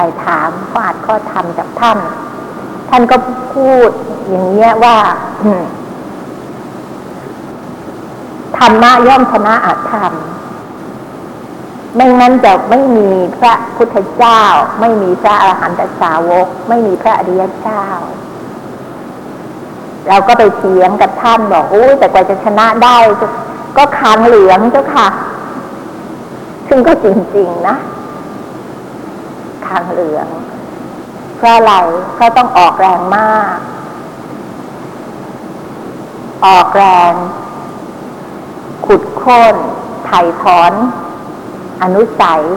ถามข้ออัดข้อธรรมจากท่านก็พูดอย่างเงี้ยว่าธรรมะย่อมชนะอธรรมไม่งั้นจะไม่มีพระพุทธเจ้าไม่มีพระอรหันตสาวกไม่มีพระอริยเจ้าเราก็ไปเถียงกับท่านบอกโอ้แต่กว่าจะชนะได้ก็คางเหลืองเจ้าค่ะซึ่งก็จริงๆนะคางเหลืองเพราะอะไรก็ต้องออกแรงมากออกแรงขุดโค่นไถ่ถอนอนุสัย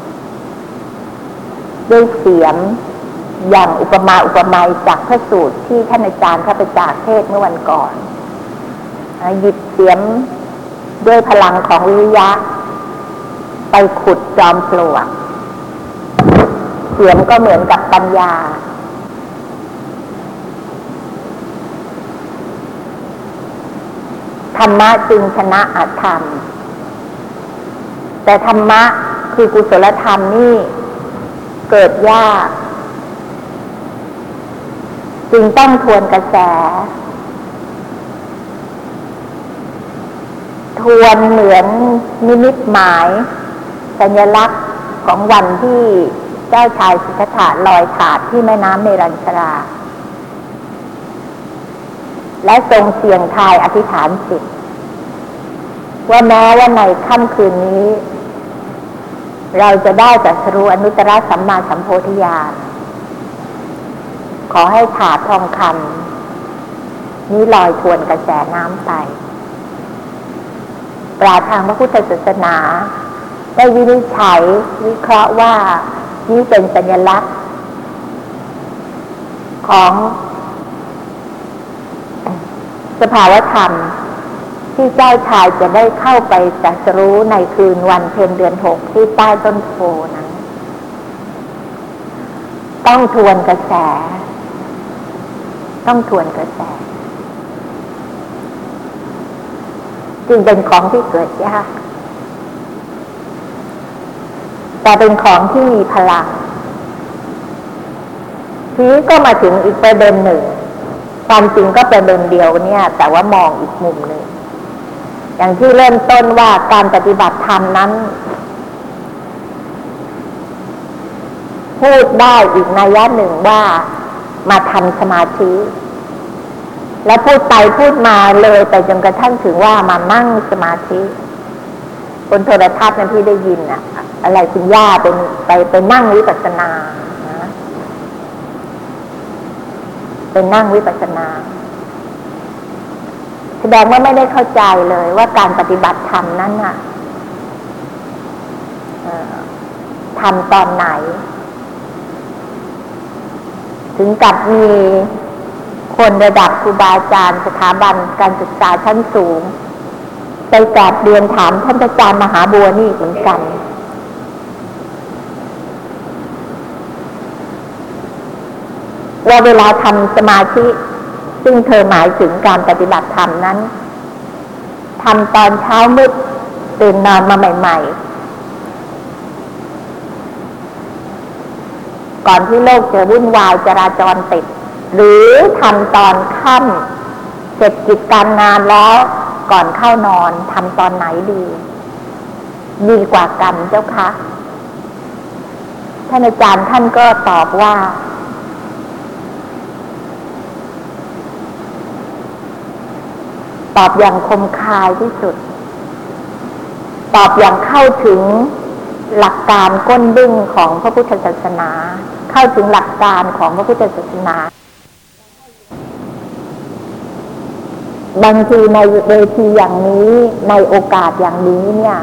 ด้วยเสียมอย่างอุปมาอุปไมยจากพระสูตรที่ท่านอาจารย์ข้าพเจ้าเทศเมื่อวันก่อนหยิบเสียมด้วยพลังของวิริยะไปขุดจอมปลวกเสียมก็เหมือนกับปัญญาธรรมะจึงชนะอธรรมแต่ธรรมะคือกุศลธรรมนี่เกิดยากจึงต้องทวนกระแสทวนเหมือนนิมิตหมายสัญลักษณ์ของวันที่เจ้าชายสิทธัตถะลอยถาดที่แม่น้ำเมรัญชราและทรงเสี่ยงทายอธิษฐานจิตว่าแม้ว่าในค่ำคืนนี้เราจะได้ตรัสรู้อนุตตรสัมมาสัมโพธิญาณขอให้ถาดทองคำนี้ลอยทวนกระแสน้ำไปปราชญ์ทางพระพุทธศาสนาได้วินิจฉัยวิเคราะห์ว่านี่เป็นสัญลักษณ์ของสภาวธรรมที่เจ้าชายจะได้เข้าไปตรัสรู้ในคืนวันเพ็ญเดือน 6ที่ใต้ต้นโพนั้นต้องทวนกระแสจึงเป็นของที่เกิดยากแต่เป็นของที่มีพลังทีนี้ก็มาถึงอีกประเด็นหนึ่งความจริงก็ประเด็นเดียวเนี่ยแต่ว่ามองอีกมุมหนึ่งอย่างที่เริ่มต้นว่าการปฏิบัติธรรมนั้นพูดได้อีกนัยยะหนึ่งว่ามาทำสมาธิแล้วพูดไปพูดมาเลยไปจนกระทั่งถึงว่ามานั่งสมาธิบนโทรทัศน์นั้นที่ได้ยินอะอะไรคุณย่าไปนั่งวิปัสสนานะไปนั่งวิปัสสนาแสดงว่าไม่ได้เข้าใจเลยว่าการปฏิบัติธรรมนั้นน่ะทำตอนไหนถึงกับมีคนระดับครูบาอาจารย์สถาบันการศึกษาชั้นสูงไปกราบเรียนถามท่านอาจารย์มหาบัวนี่เหมือนกันว่าเวลาทำสมาธิซึ่งเธอหมายถึงการปฏิบัติธรรมนั้นทำตอนเช้ามืดตื่นนอนมาใหม่ๆก่อนที่โลกจะวุ่นวายจราจรติดหรือทำตอนค่ำเสร็จกิจการงานแล้วก่อนเข้านอนทำตอนไหนดีกว่ากันเจ้าคะท่านอาจารย์ท่านก็ตอบว่าตอบอย่างคมคายที่สุดตอบอย่างเข้าถึงหลักการก้นบึ้งของพระพุทธศาสนาเข้าถึงหลักการของพระพุทธศาสนาบางทีในเวทีอย่างนี้ในโอกาสอย่างนี้เนี่ย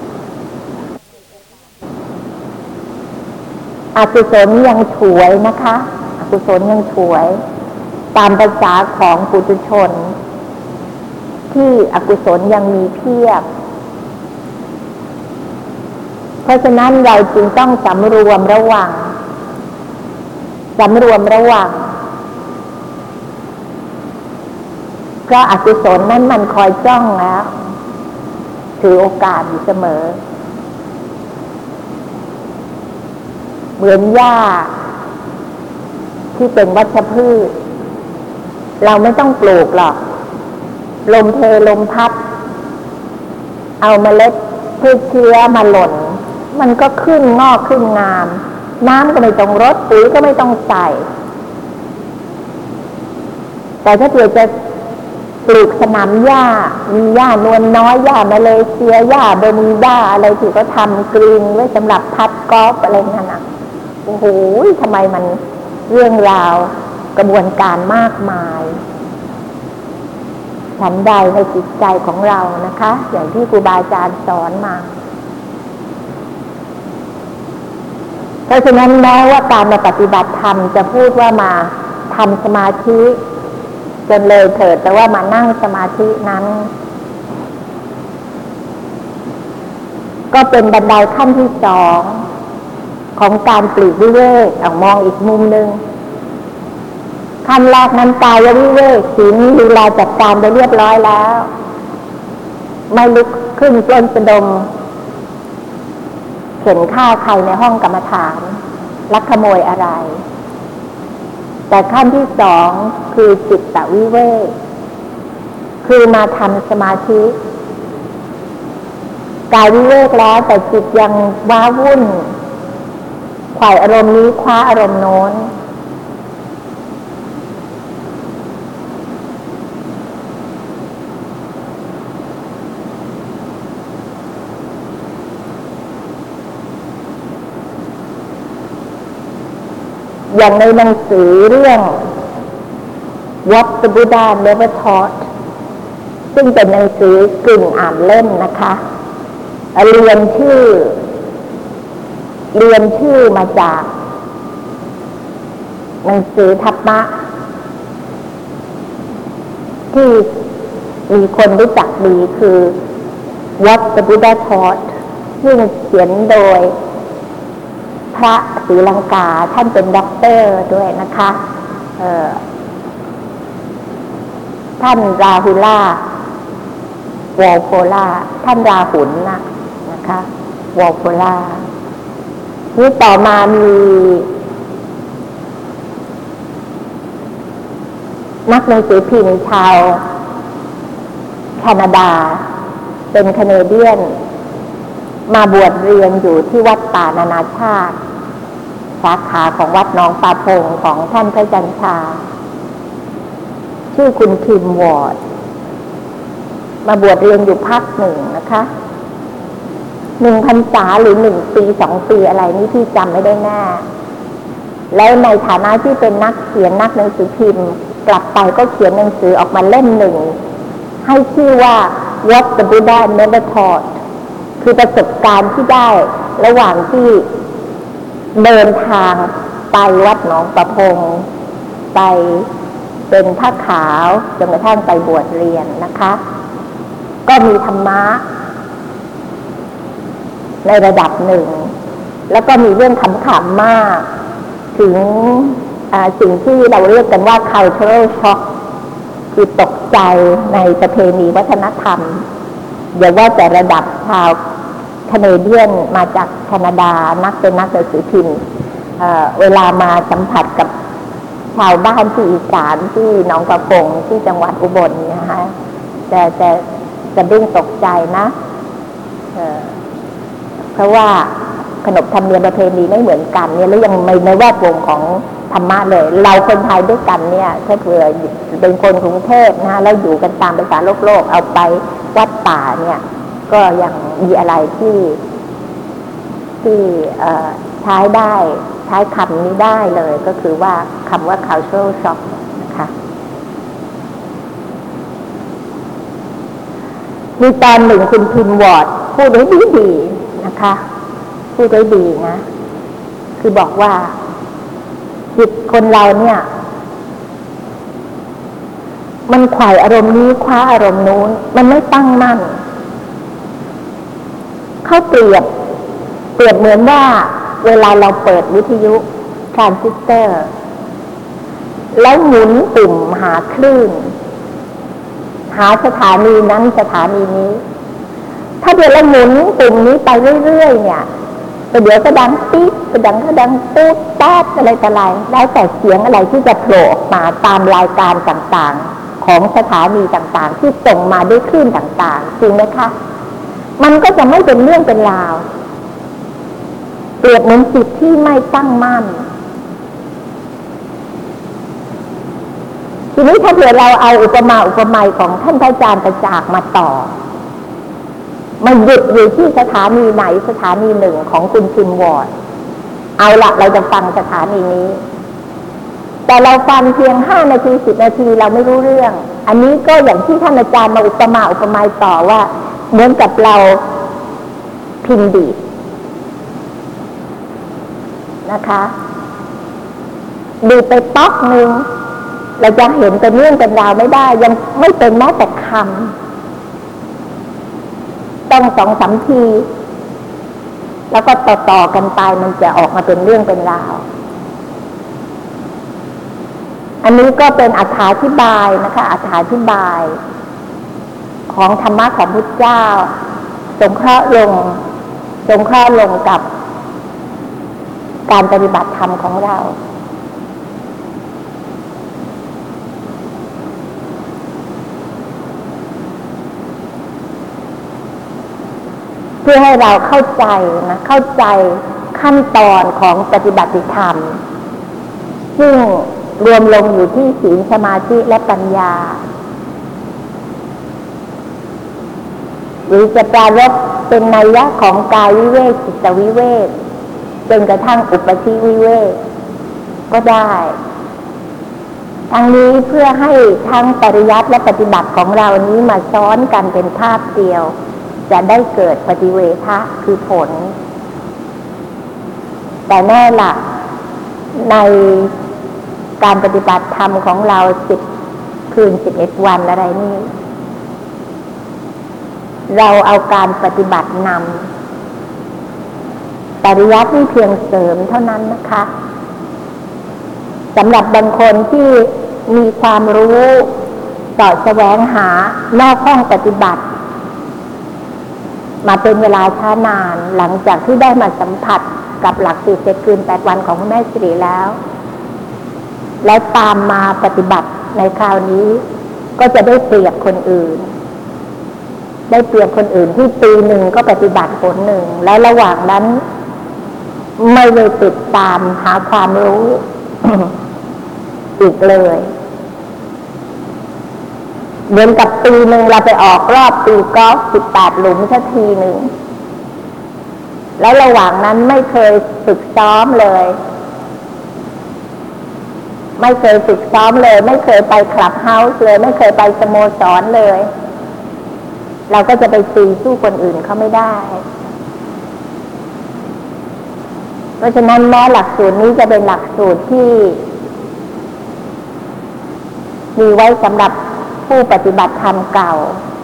อกุศลยังฉวยนะคะอกุศลยังฉวยตามภาษาของปุถุชนที่อกุศลยังมีเพียบเพราะฉะนั้นเราจึงต้องสำรวมระวังเพราะอกุศลนั้นมันคอยจ้องแล้วถือโอกาสอยู่เสมอเหมือนหญ้าที่เป็นวัชพืชเราไม่ต้องปลูกหรอกลมเพลมพัดเอาเมล็ดพืชเชื้อมาหล่นมันก็ขึ้นงอกขึ้นงามน้ำก็ไม่ต้องรดปุ๋ยก็ไม่ต้องใส่แต่ถ้าเกิดจะปลูกสนามหญ้ามีหญ้านวลน้อยหญ้ามาเลเซียหญ้าเบอร์มิวดาอะไรที่เขาทำกรีนไว้สำหรับพัดกอล์ฟอะไรนั่นน่ะโอ้โหทำไมมันเรื่องราวกระบวนการมากมายฉันใดในจิตใจของเรานะคะอย่างที่ครูบาอาจารย์สอนมาเพราะฉะนั้นแม้ว่าการมาปฏิบัติธรรมจะพูดว่ามาทำสมาธิจนเลยเถิดแต่ว่ามานั่งสมาธินั้นก็เป็นบันไดขั้นที่2ของการปลีกวิเวกมองอีกมุมนึงขั้นแรกนั้นกายวิเวกศีลลีลาจัดการไปเรียบร้อยแล้วไม่ลุกขึ้นปล้นสะดมเข็นฆ่าใครในห้องกรรมฐานลักขโมยอะไรแต่ขั้นที่2คือจิตตวิเวกคือมาทำสมาธิกายวิเวกแล้วแต่จิตยังว้าวุ่นไขว่อารมณ์นี้คว้าอารมณ์โน้นอย่างในหนังสือเรื่อง What the Buddha Never Taught ซึ่งเป็นหนังสือกึ่งอ่านเล่นนะคะเรียนชื่อมาจากหนังสือธรรมะที่มีคนรู้จักดีคือ What the Buddha Taught ซึ่งเขียนโดยพระศรีลังกาท่านเป็นด็อกเตอร์ด้วยนะคะท่านราหุล่าวอลโพล่าท่านราหุลนะคะวอลโพล่านี่ต่อมามีนักหนังสือพิมพ์ชาวแคนาดาเป็นแคนาเดียนมาบวชเรียนอยู่ที่วัดป่านานาชาติสาขาของวัดหนองปลาพงของท่านพระจันทราชื่อคุณคิมวอร์ดมาบวชเรียนอยู่พักหนึ่งนะคะ1 พรรษาหรือ1 ปี2 ปีอะไรนี่ที่จำไม่ได้แน่แล้วในฐานะที่เป็นนักเขียนนักหนังสือพิมพ์กลับไปก็เขียนหนังสือออกมาเล่มหนึ่งให้ชื่อว่า What the Buddha Never Taught คือประสบการณ์ที่ได้ระหว่างที่เดินทางไปวัดหนองประพงไปเป็นผ้าขาวจนกระทั่งไปบวชเรียนนะคะก็มีธรรมะในระดับหนึ่งแล้วก็มีเรื่องขำๆมากถึงสิ่งที่เราเรียกกันว่า cultural shock คือตกใจในประเพณีวัฒนธรรมอย่าว่าแต่ระดับชาวแคนาเดียนมาจากแคนาดาเป็นนักหนังสือพิมพ์เวลามาสัมผัสกับชาวบ้านที่อีสานที่หนองประพงที่จังหวัดอุบลนะคะจะดิ้งตกใจนะเพราะว่าขนบธรรมเนียมประเพณีไม่เหมือนกันเนี่ยแล้วยังในแวดวงของธรรมะเลยเราคนไทยด้วยกันเนี่ยถ้าเผื่อเป็นคนกรุงเทพนะแล้วอยู่กันตามภาษาโลกเอาไปวัดป่าเนี่ยก็ยังมีอะไรที่ใช้ได้ใช้คำนี้ได้เลยก็คือว่าคำว่า cultural shock นะคะมีตอนหนึ่งคุณพิมวอร์ดพูดได้ดีนะคะพูดได้ดีนะคือบอกว่าจิตคนเราเนี่ยมันไขว่อารมณ์นี้คว้าอารมณ์นู้นมันไม่ตั้งมั่นเขาเปรียบเหมือนว่าเวลาเราเปิดวิทยุทรานซิสเตอร์แล้วหมุนปุ่มหาคลื่นหาสถานีนั้นสถานีนี้ถ้าเดี๋ยวเราหมุนปุ่มนี้ไปเรื่อยๆเนี่ยเดี๋ยวก็ดังปิ๊ดกระดังปูดแป๊ดอะไรต่ออะไรแล้วแต่เสียงอะไรที่จะโผล่ออกมาตามรายการต่างๆของสถานีต่างๆที่ส่งมาด้วยคลื่นต่างๆจริงไหมคะมันก็จะไม่เป็นเรื่องเป็นราวเปรียบเหมือนจิตที่ไม่ตั้งมั่นทีนี้ถ้าเผื่อเราเอาอุปมาอุปไมยของท่านพระอาจารย์ประจักษ์มาต่อมันหยุดอยู่ที่สถานีไหนสถานีหนึ่งของคุณชินวอร์ดเอาละเราจะฟังสถานีนี้แต่เราฟังเพียง5 นาที10 นาทีเราไม่รู้เรื่องอันนี้ก็อย่างที่ท่านอาจารย์มาอุปมาอุปไมยต่อว่าเหมือนกับเราพิมพ์ดีดนะคะดีไปป๊อกนึงเราจะเห็นเป็นเรื่องเป็นราวไม่ได้ยังไม่เป็นแม้แต่คำต้อง2-3 ทีแล้วก็ต่อกันไปมันจะออกมาเป็นเรื่องเป็นราวอันนี้ก็เป็นอธิบายนะคะอธิบายของธรรมะของพุทธเจ้าสงเคราะห์ลงกับการปฏิบัติธรรมของเราเพื่อให้เราเข้าใจขั้นตอนของปฏิบัติธรรมซึ่งรวมลงอยู่ที่ศีลสมาธิและปัญญาหรือจะปรารภเป็นนัยยะของกายวิเวกจิตวิเวกจนกระทั่งอุปธิวิเวกก็ได้ทั้งนี้เพื่อให้ทั้งปริยัติและปฏิบัติของเรานี้มาซ้อนกันเป็นภาพเดียวจะได้เกิดปฏิเวทะคือผลแต่แน่ล่ะในการปฏิบัติธรรมของเรา10 คืน 11 วันอะไรนี่เราเอาการปฏิบัตินำปริยัตินี่เพียงเสริมเท่านั้นนะคะสำหรับบางคนที่มีความรู้ต่อแสวงหานอกห้องปฏิบัติมาเป็นเวลาช้านานหลังจากที่ได้มาสัมผัสกับหลักสูตร7 คืน 8 วันของคุณแม่สิริแล้วตามมาปฏิบัติในคราวนี้ก็จะได้เปรียบคนอื่นที่ปีหนึ่งก็ปฏิบัติผลหนึ่งแล้วระหว่างนั้นไม่ได้ติดตามหาความรู้ อีกเลยเหมือนกับปีหนึ่งเราไปออกรอบตีกอล์ฟ18 หลุมสักทีหนึ่งแล้วระหว่างนั้นไม่เคยฝึกซ้อมเลยไม่เคยไปคลับเฮาส์เลยไม่เคยไปสโมสรเลยเราก็จะไปตีสู้คนอื่นเขาไม่ได้เพราะฉะนั้นแม้หลักสูตรนี้จะเป็นหลักสูตรที่มีไว้สำหรับผู้ปฏิบัติธรรมเก่า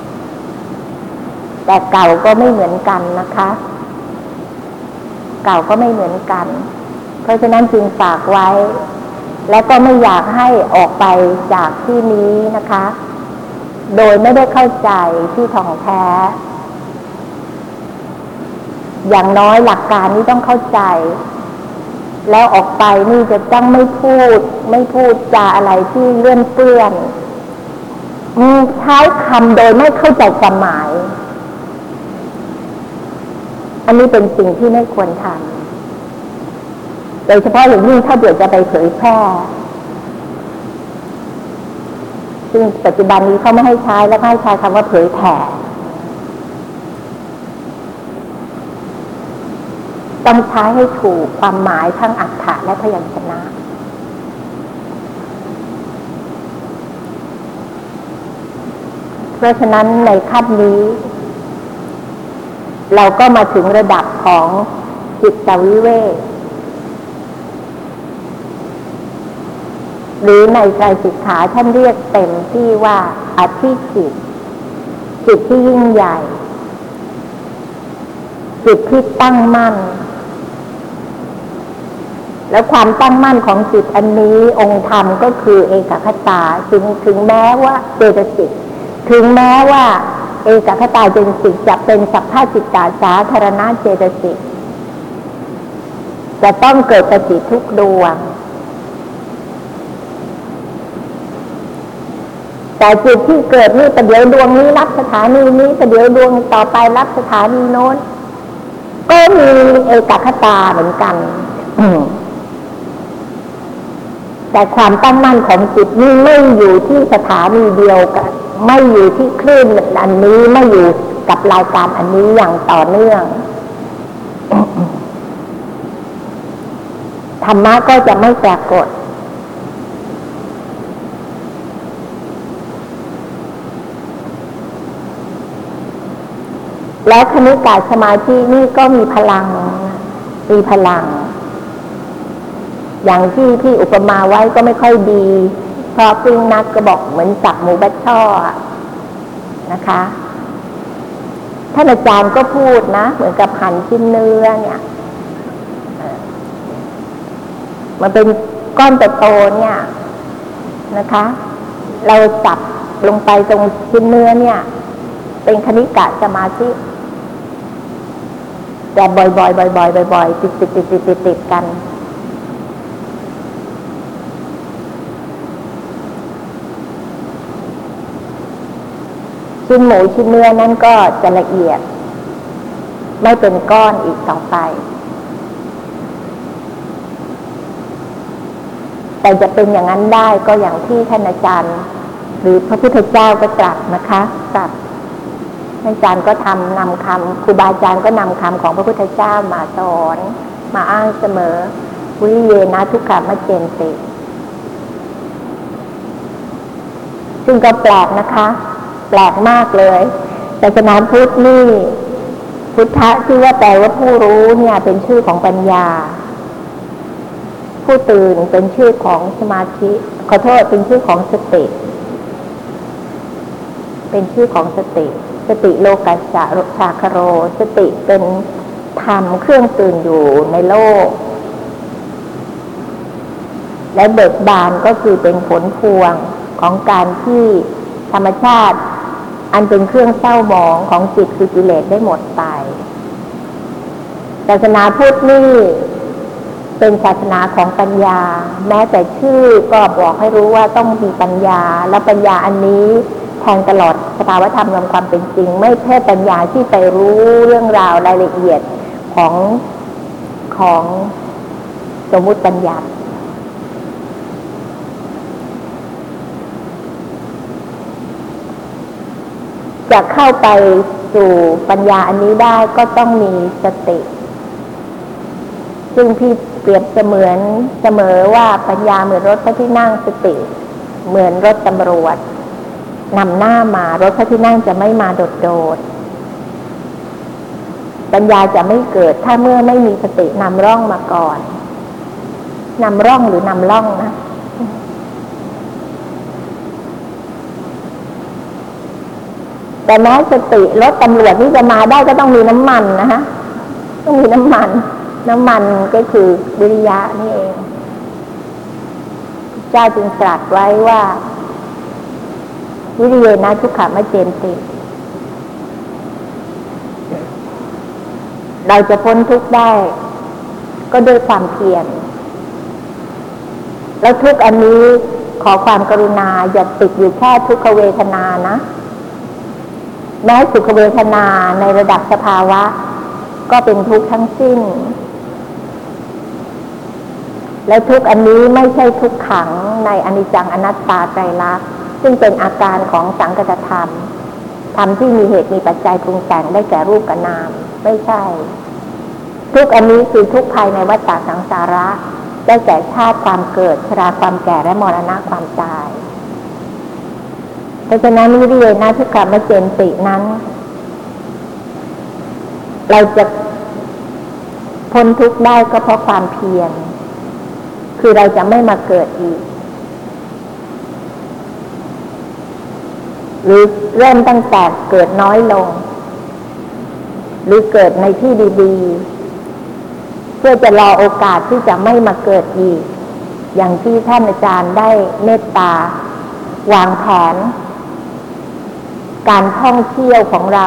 แต่เก่าก็ไม่เหมือนกันนะคะเก่าก็ไม่เหมือนกันเพราะฉะนั้นจึงฝากไว้และก็ไม่อยากให้ออกไปจากที่นี้นะคะโดยไม่ได้เข้าใจที่ท่องแท้อย่างน้อยหลักการนี้ต้องเข้าใจแล้วออกไปนี่จะต้องไม่พูดจาอะไรที่เลื่อนเปื้อนใช้คำโดยไม่เข้าใจความหมายอันนี้เป็นสิ่งที่ไม่ควรทำโดยเฉพาะอย่างยิ่งถ้าเดี๋ยวจะไปเผยแพร่ซึ่งปัจจุบันนี้เขาไม่ให้ใช้และไม่ให้ใช้คำว่าเผยแผ่ต้องใช้ให้ถูกความหมายทั้งอรรถะและพยัญชนะเพราะฉะนั้นในขั้นนี้เราก็มาถึงระดับของจิตวิเวกหรือในไตรสิกขาท่านเรียกเต็มที่ว่าอธิจิตที่ยิ่งใหญ่จิตที่ตั้งมั่นแล้วความตั้งมั่นของจิตอันนี้องค์ธรรมก็คือเอกคตาถึงแม้ว่าเจตสิกถึงแม้ว่าเอกคตาเจตสิกจะเป็นสัพพะจิตตาสาธารณะเจตสิกจะต้องเกิดสติทุกดวงแต่จิตที่เกิดนี่ประเดี๋ยวดวงนี้รับสถานีนี้ประเดี๋ยวดวงต่อไปรับสถานีโน้นก็มีเอกคตาเหมือนกันแต่ความตั้งมั่นของจิตนี่ไม่อยู่ที่สถานีเดียวกันไม่อยู่ที่คลื่นอันนี้ไม่อยู่กับรายการอันนี้อย่างต่อเนื่องธรรมะก็จะไม่ปรากฏแล้วคณิกาสมาธินี่ก็มีพลังอย่างที่พี่อุปมาไว้ก็ไม่ค่อยดีเพราะพึ่งนักก็บอกเหมือนจับหมูบัดช่อนะคะท่านอาจารย์ก็พูดนะเหมือนกับหั่นชิ้นเนื้อเนี่ยมันเป็นก้อนโตๆเนี่ยนะคะเราจับลงไปตรงชิ้นเนื้อเนี่ยเป็นคณิกะสมาธิแต่บ่อยๆติดกันชิ้นหมูชิ้นเนื้อนั้นก็จะละเอียดไม่เป็นก้อนอีกต่อไปแต่จะเป็นอย่างนั้นได้ก็อย่างที่ท่านอาจารย์หรือพระพุทธเจ้าก็ตรัสนะคะตรัสท่านอาจารย์ก็นำคำครูบาอาจารย์ก็นำคำของพระพุทธเจ้ามาสอนมาอ้างเสมอวิริเยนะทุกขมัจเจนติซึ่งก็แปลกนะคะแปลกมากเลยศาสนาพุทธนี่พุทธะที่ว่าแปลว่าผู้รู้เนี่ยเป็นชื่อของปัญญาผู้ตื่นเป็นชื่อของสมาธิขอโทษเป็นชื่อของสติเป็นชื่อของสติโลกัสสะชาคโรสติเป็นธรรมเครื่องตื่นอยู่ในโลกและเบิกบานก็คือเป็นผลพวงของการที่ธรรมชาติอันเป็นเครื่องเศร้าหมองของจิตคือกิเลสได้หมดไปศาสนาพุทธนี่เป็นศาสนาของปัญญาแม้แต่ชื่อก็บอกให้รู้ว่าต้องมีปัญญาและปัญญาอันนี้แทงตลอดสภาวธรรมนำความเป็นจริงไม่แค่ปัญญาที่ไปรู้เรื่องราวรายละเอียดของสมมุติปัญญาจะเข้าไปสู่ปัญญาอันนี้ได้ก็ต้องมีสติซึ่งพี่เปรียบเสมอว่าปัญญาเหมือนรถพระที่นั่งสติเหมือนรถตำรวจนำหน้ามารถพระที่นั่งจะไม่มาโดดปัญญาจะไม่เกิดถ้าเมื่อไม่มีสตินำร่องมาก่อนนำร่องหรือนำร่องนะแต่แม้สติรถตำรวจที่จะมาได้ก็ต้องมีน้ำมันนะคะต้องมีน้ำมันก็คือวิริยะนี่เองเจ้าจึงตรัสไว้ว่าวิริเยนะทุกขมัจเจนติเราจะพ้นทุกข์ได้ก็ด้วยความเพียรแล้วทุกข์อันนี้ขอความกรุณาอย่าติดอยู่แค่ทุกขเวทนานะแม้สุขเวทนาในระดับสภาวะก็เป็นทุกข์ทั้งสิ้นและทุกข์อันนี้ไม่ใช่ทุกขังในอนิจจังอนัตตาไตรลักษณ์ซึ่งเป็นอาการของสังกัตธรรมที่มีเหตุมีปัจจัยปรุงแต่งได้แก่รูปกับนามไม่ใช่ทุกข์อันนี้คือทุกข์ภายในวัฏฏะสังสาระได้แก่ชาติความเกิดชราความแก่และมรณะความตายเพราะฉะนั้นวิริเยนะทุกขมัจเจนตินั้นเราจะพ้นทุกข์ได้ก็เพราะความเพียรคือเราจะไม่มาเกิดอีกหรือเริ่มตั้งแต่เกิดน้อยลงหรือเกิดในที่ดีๆเพื่อจะรอโอกาสที่จะไม่มาเกิดอีกอย่างที่ท่านอาจารย์ได้เมตตาวางแผนการท่องเที่ยวของเรา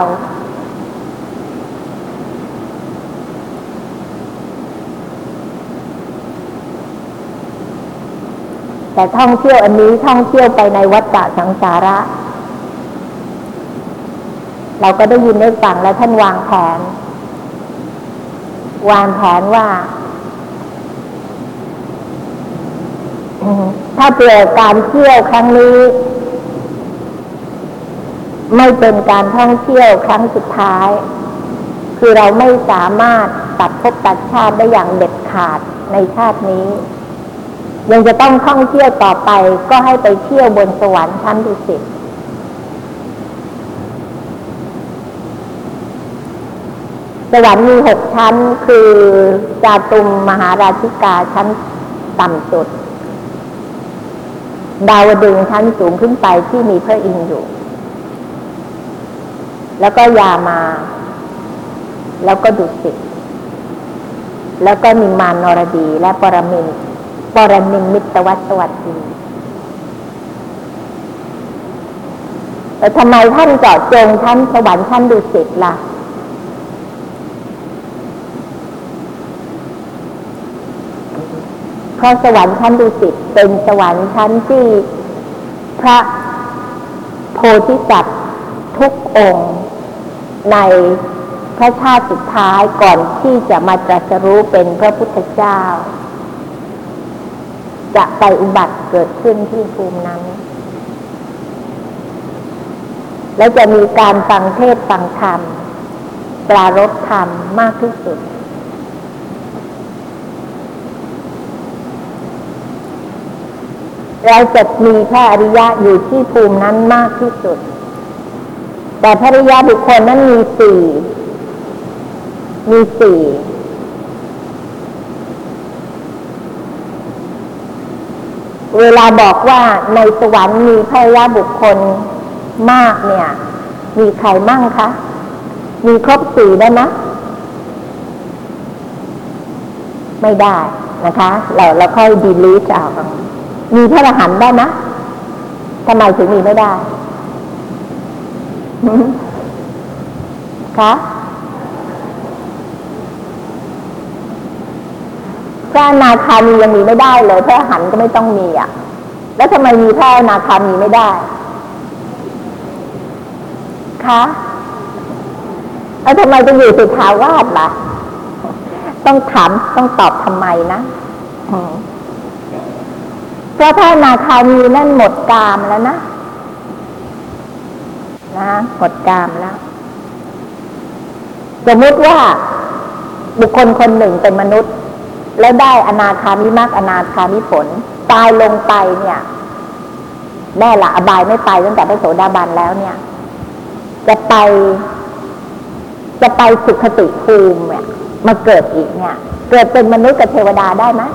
แต่ท่องเที่ยวอันนี้ท่องเที่ยวไปในวัฏฏะสังสาระเราก็ได้ยินได้ฟังแล้วท่านวางแผนว่าถ้าเผื่อการเที่ยวครั้งนี้ไม่เป็นการท่องเที่ยวครั้งสุดท้ายคือเราไม่สามารถตัดภพตัดชาติได้อย่างเด็ดขาดในชาตินี้ยังจะต้องท่องเที่ยวต่อไปก็ให้ไปเที่ยวบนสวรรค์ชั้นดุสิตสวรรค์มี6ชั้นคือจาตุมมหาราชิกาชั้นต่ำสุดดาวดึงส์ชั้นสูงขึ้นไปที่มีพระอินทร์อยู่แล้วก็ยามาแล้วก็ดุสิตแล้วก็นิมมานนรดีและปรมินทร์มิตรวัตสวัสดีแต่ทำไมท่านเจาะจงชั้นสวรรค์ชั้นดุสิตล่ะเพราะสวรรค์ชั้นดุสิตเป็นสวรรค์ชั้นที่พระโพธิสัตว์ทุกองค์ในพระชาติสุดท้ายก่อนที่จะมาตรัสรู้เป็นพระพุทธเจ้าจะไปอุบัติเกิดขึ้นที่ภูมินั้นแล้วจะมีการฟังเทศน์ฟังธรรมปรารภธรรมมากที่สุดเราจะมีพระอริยะอยู่ที่ภูมินั้นมากที่สุดแต่พระอริยบุคคลนั้นมีสี่เวลาบอกว่าในสวรรค์มีพระอริยบุคคลมากเนี่ยมีใครมั่งคะมีครบสี่ได้ไหมไม่ได้นะคะเราค่อยดีลีทเอามีพระอรหันต์ได้ไหมทำไมถึงมีไม่ได้คะพระอนาคามียังมีไม่ได้เลยพระอรหันต์ก็ไม่ต้องมีอ่ะแล้วทำไมมีพระอนาคามีไม่ได้คะแล้วทำไมจะอยู่สุทธาวาสล่ะต้องถามต้องตอบทำไมนะเพราะพระอนาคามีนั่นหมดกามแล้วนะหมดกามแล้วสมมติว่าบุคคลคนหนึ่งเป็นมนุษย์แล้วได้อนาคามิมรรคอนาคามิผลตายลงไปเนี่ยแน่ละอบายไม่ไปตั้งแต่พระโสดาบันแล้วเนี่ยจะไปสุขติภูมิเนี่ยมาเกิดอีกเนี่ยเกิดเป็นมนุษย์กับเทวดาได้ไหม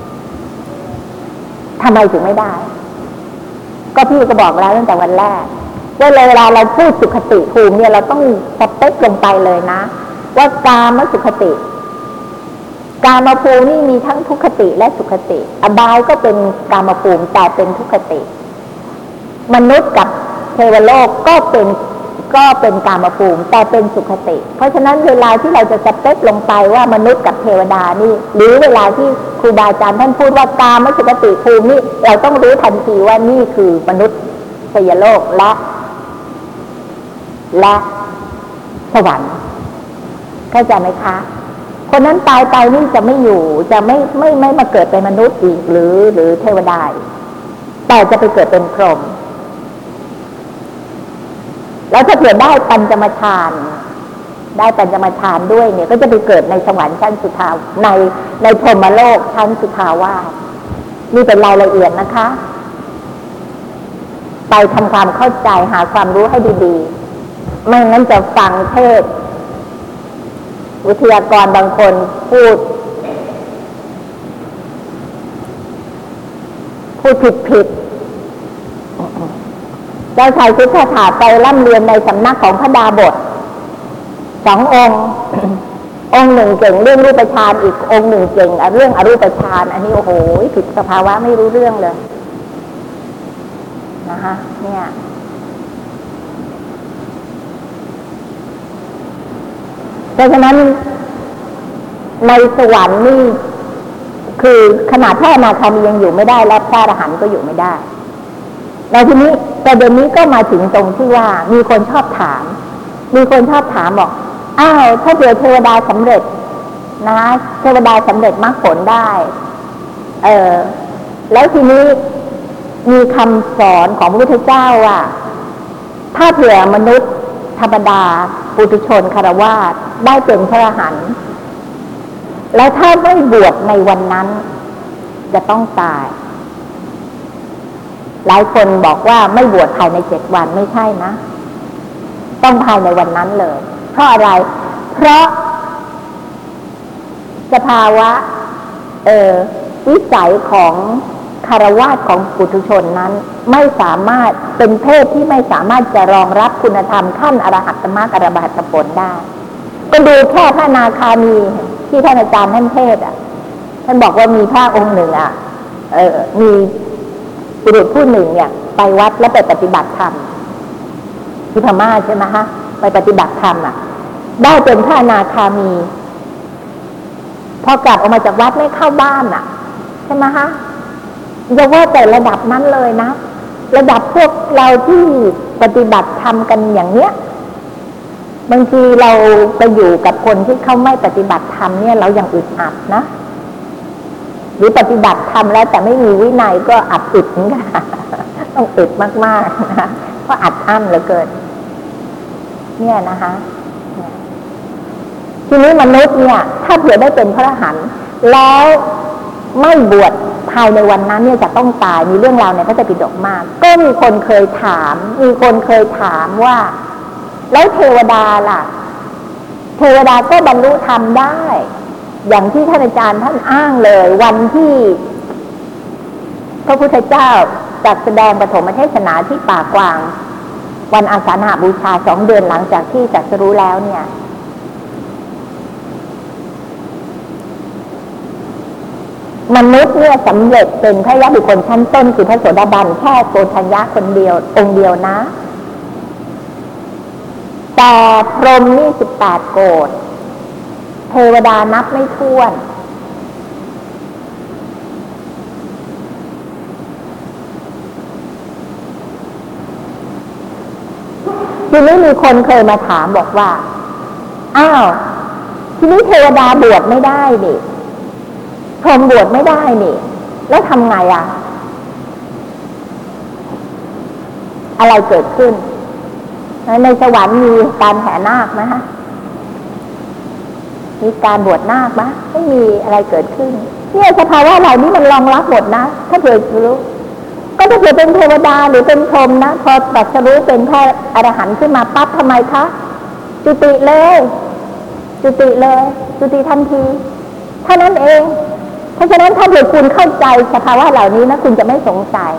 ทำไมถึงไม่ได้ก็พี่ก็บอกแล้วตั้งแต่วันแรกว่าเวลาเราพูดสุขติภูมิเนี่ยเราต้องสเปคลงไปเลยนะว่ากามสุขติกามภูมินี่มีทั้งทุกขติและสุขติอบายก็เป็นกามภูมิแต่เป็นทุกขติมนุษย์กับเทวโลกก็เป็นกามภูมิแต่เป็นสุขติเพราะฉะนั้นเวลาที่เราจะสเปคลงไปว่ามนุษย์กับเทวดานี่หรือเวลาที่ครูบาอาจารย์ท่านพูดว่ากามสุขติภูมินี่เราต้องรู้ทันทีว่านี่คือมนุษย์เทวโลกและสวรรค์เข้าใจไหมคะคนนั้นตายไปนี่จะไม่อยู่จะไม่มาเกิดเป็นมนุษย์อีกหรือเทวดาแต่จะไปเกิดเป็นพรหมแล้วถ้าเผื่อได้ปัญจมฌานด้วยเนี่ยก็จะไปเกิดในสวรรค์ชั้นสุทาวในพรหมโลกชั้นสุทาวาสนี่เป็นรายละเอียดนะคะไปทำความเข้าใจหาความรู้ให้ดีๆไม่งั้นจะฟังเทศวิทยากรบางคนพูดผิดเจ้าชายสิทธัตถะไปร่ำเรียนในสำนักของพระดาบส2 องค์ องค์หนึ่งเก่งเรื่องรูปฌานอีกองค์หนึ่งเก่งเรื่องอรูปฌานอันนี้โอ้โหผิดสภาวะไม่รู้เรื่องเลยนะคะเนี่ยเพราะฉะนั้นในสวรรค์นี่คือขนาดพระอนาคามียังอยู่ไม่ได้แล้วพระอรหันต์ก็อยู่ไม่ได้แล้วทีนี้ประเด็นนี้ก็มาถึงตรงที่ว่ามีคนชอบถามบอกอ้าวถ้าเผื่อเทวดาสำเร็จนะเทวดาสำเร็จมรรคผลได้แล้วทีนี้มีคำสอนของพระพุทธเจ้าว่าถ้าเผื่อมนุษย์ธรรมดาปุถุชนคฤหัสถ์ได้เป็นพระอรหันต์แล้วถ้าไม่บวชในวันนั้นจะต้องตายหลายคนบอกว่าไม่บวชภายใน7 วันไม่ใช่นะต้องภายในวันนั้นเลยเพราะอะไรเพราะสภาวะวิสัยของคฤหัสถ์ของปุถุชนนั้นไม่สามารถเป็นเพศที่ไม่สามารถจะรองรับคุณธรรมขั้นอรหัตมรรคอรหัตผลได้ก็ดูแค่พระอนาคามีที่ท่านอาจารย์ท่านเทศท่านบอกว่ามีพระองค์หนึ่งมีบุรุษผู้หนึ่งเนี่ยไปวัดแล้วไปปฏิบัติธรรมที่พม่าใช่ไหมฮะไปปฏิบัติธรรมได้เป็นพระอนาคามีพอกลับออกมาจากวัดไม่เข้าบ้านใช่ไหมฮะอย่าว่าแต่ระดับนั้นเลยนะระดับพวกเราที่ปฏิบัติธรรมกันอย่างเนี้ยบางทีเราไปอยู่กับคนที่เขาไม่ปฏิบัติธรรมเนี่ยเรายังอึดอัดนะหรือปฏิบัติธรรมแล้วแต่ไม่มีวินัยก็อัดอึดนี่ค่ะต้องอึดมากๆนะเพราะอัดอั้นเหลือเกินเนี่ยนะคะทีนี้มนุษย์เนี่ยถ้าเผื่อได้เป็นพระอรหันต์แล้วไม่บวชภายในวันนั้นเนี่ยจะต้องตายมีเรื่องราวในพระไตรปิฎกมากก็มีคนเคยถามว่าแล้วเทวดาล่ะเทวดาก็บรรลุธรรมได้อย่างที่ท่านอาจารย์ท่านอ้างเลยวันที่พระพุทธเจ้าจัดแสดงปฐมเทศนาที่ป่ากวางวันอาสาฬหบูชา2 เดือนหลังจากที่ตรัสรู้แล้วเนี่ยมนุษย์เนี่ยสำเร็จเป็นพระยะบุคคลชั้นต้นคือพระโสดาบันแค่โกฏัญญะคนเดียวองค์เดียวนะแต่พรหมนี่18 โกฏเทวดานับไม่ถ้วนทีนี้มีคนเคยมาถามบอกว่าอ้าวทีนี้เทวดาบวชไม่ได้ดิพรหมบวชไม่ได้นี่แล้วทำไงอะไรเกิดขึ้นในสวรรค์มีการแห่นาคไหมฮะมีการบวชนาคไหมไม่มีอะไรเกิดขึ้นเนี่ยสภาวะเหล่านี้มันรองรับหมดนะถ้าเผื่อรู้ก็ถ้าเผื่อเป็นเทวดาหรือเป็นพรหมนะพอตรัสรู้เป็นพระอรหันต์ขึ้นมาปั๊บทำไมคะจุติเลยจุติทันทีเท่านั้นเองเพราะฉะนั้นถ้าเผื่อคุณเข้าใจสภาวะเหล่านี้นะคุณจะไม่สงสัย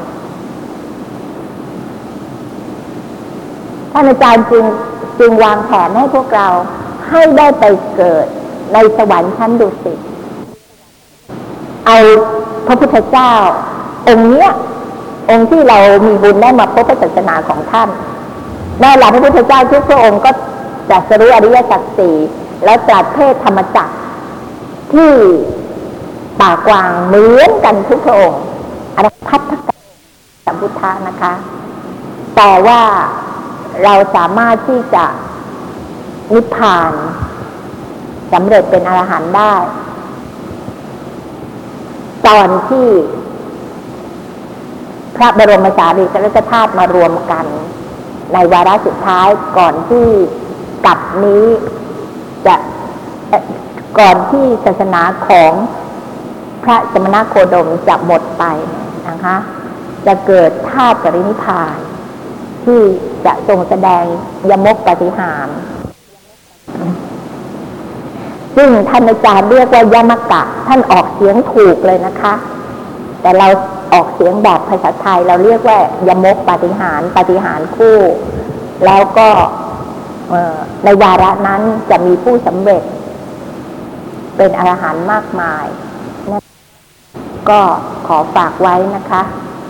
ท่านอาจารย์จึงวางแผนให้พวกเราให้ได้ไปเกิดในสวรรค์ชั้นดุสิตเอาพระพุทธเจ้าองค์เนี้ยองค์ที่เรามีบุญได้มาพบพระศาสนาของท่านแน่หละพระพุทธเจ้าทุกพระองค์ก็ตรัสรู้อริยสัจ 4แล้วตรัสเทศธรรมจักรที่ป่ากวางเหมือนกันทุกพระองค์อรหัตถกสัมพุทธะนะคะแต่ว่าเราสามารถที่จะนิพพานสำเร็จเป็นอรหันต์ได้ตอนที่พระบรมสารีริกธาตุมารวมกันในวาระสุดท้ายก่อนที่กับนี้จะก่อนที่ศาสนาของพระสมณโคดมจะหมดไปนะคะจะเกิดธาตุปรินิพพานที่จะทรงแสดงยมกปาฏิหาริย์ซึ่งท่านอาจารย์เรียกว่ายมกะท่านออกเสียงถูกเลยนะคะแต่เราออกเสียงแบบภาษาไทยเราเรียกว่ายมกปาฏิหาริย์คู่แล้วก็ในวาระนั้นจะมีผู้สำเร็จเป็นอรหันต์มากมายก็ขอฝากไว้นะคะ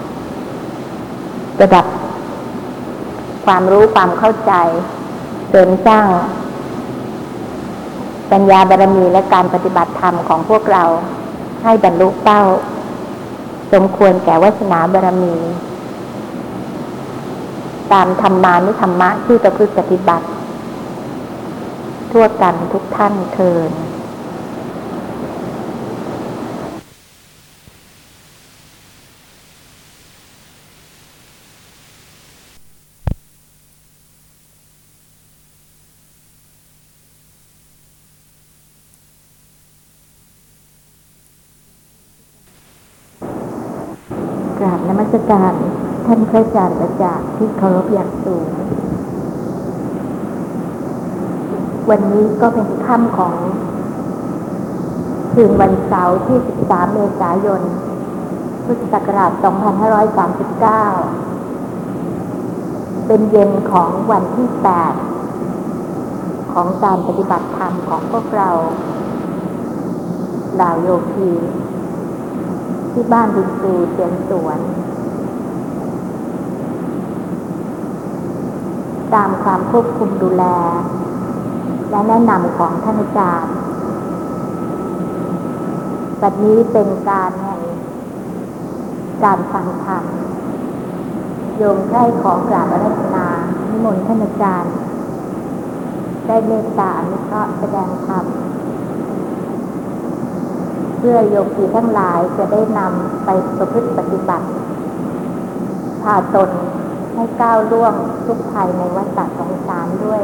ระดับความรู้ความเข้าใจเสริมสร้างปัญญาบารมีและการปฏิบัติธรรมของพวกเราให้บรรลุเป้าสมควรแก่วาสนาบารมีตามธรรมานุธรรมะที่ประพฤติปฏิบัติทั่วกันทุกท่านเทอญกราบนมัสการท่านพระอาจารย์ประจักษ์ที่เคารพอย่างสูงวันนี้ก็เป็นค่ำของคืนวันเสาร์ที่13เมษายนพุทธศักราช2539เป็นเย็นของวันที่8ของการปฏิบัติธรรมของพวกเราเหล่าโยคีที่บ้านบุญตูเตียนสวนตามความควบคุมดูแลและแนะนำของท่านอาจารย์บัดนี้เป็นการแห่งการฟังธรรมโยมใกล้ของกราบอาราธนานิมนต์ท่านอาจารย์ได้เมตตาอนุเคราะห์แสดงธรรมเพื่อโยคีทั้งหลายจะได้นำไปประพฤติปฏิบัติพาตนให้ก้าวล่วงทุกภัยในวัฏฏะสงสารด้วย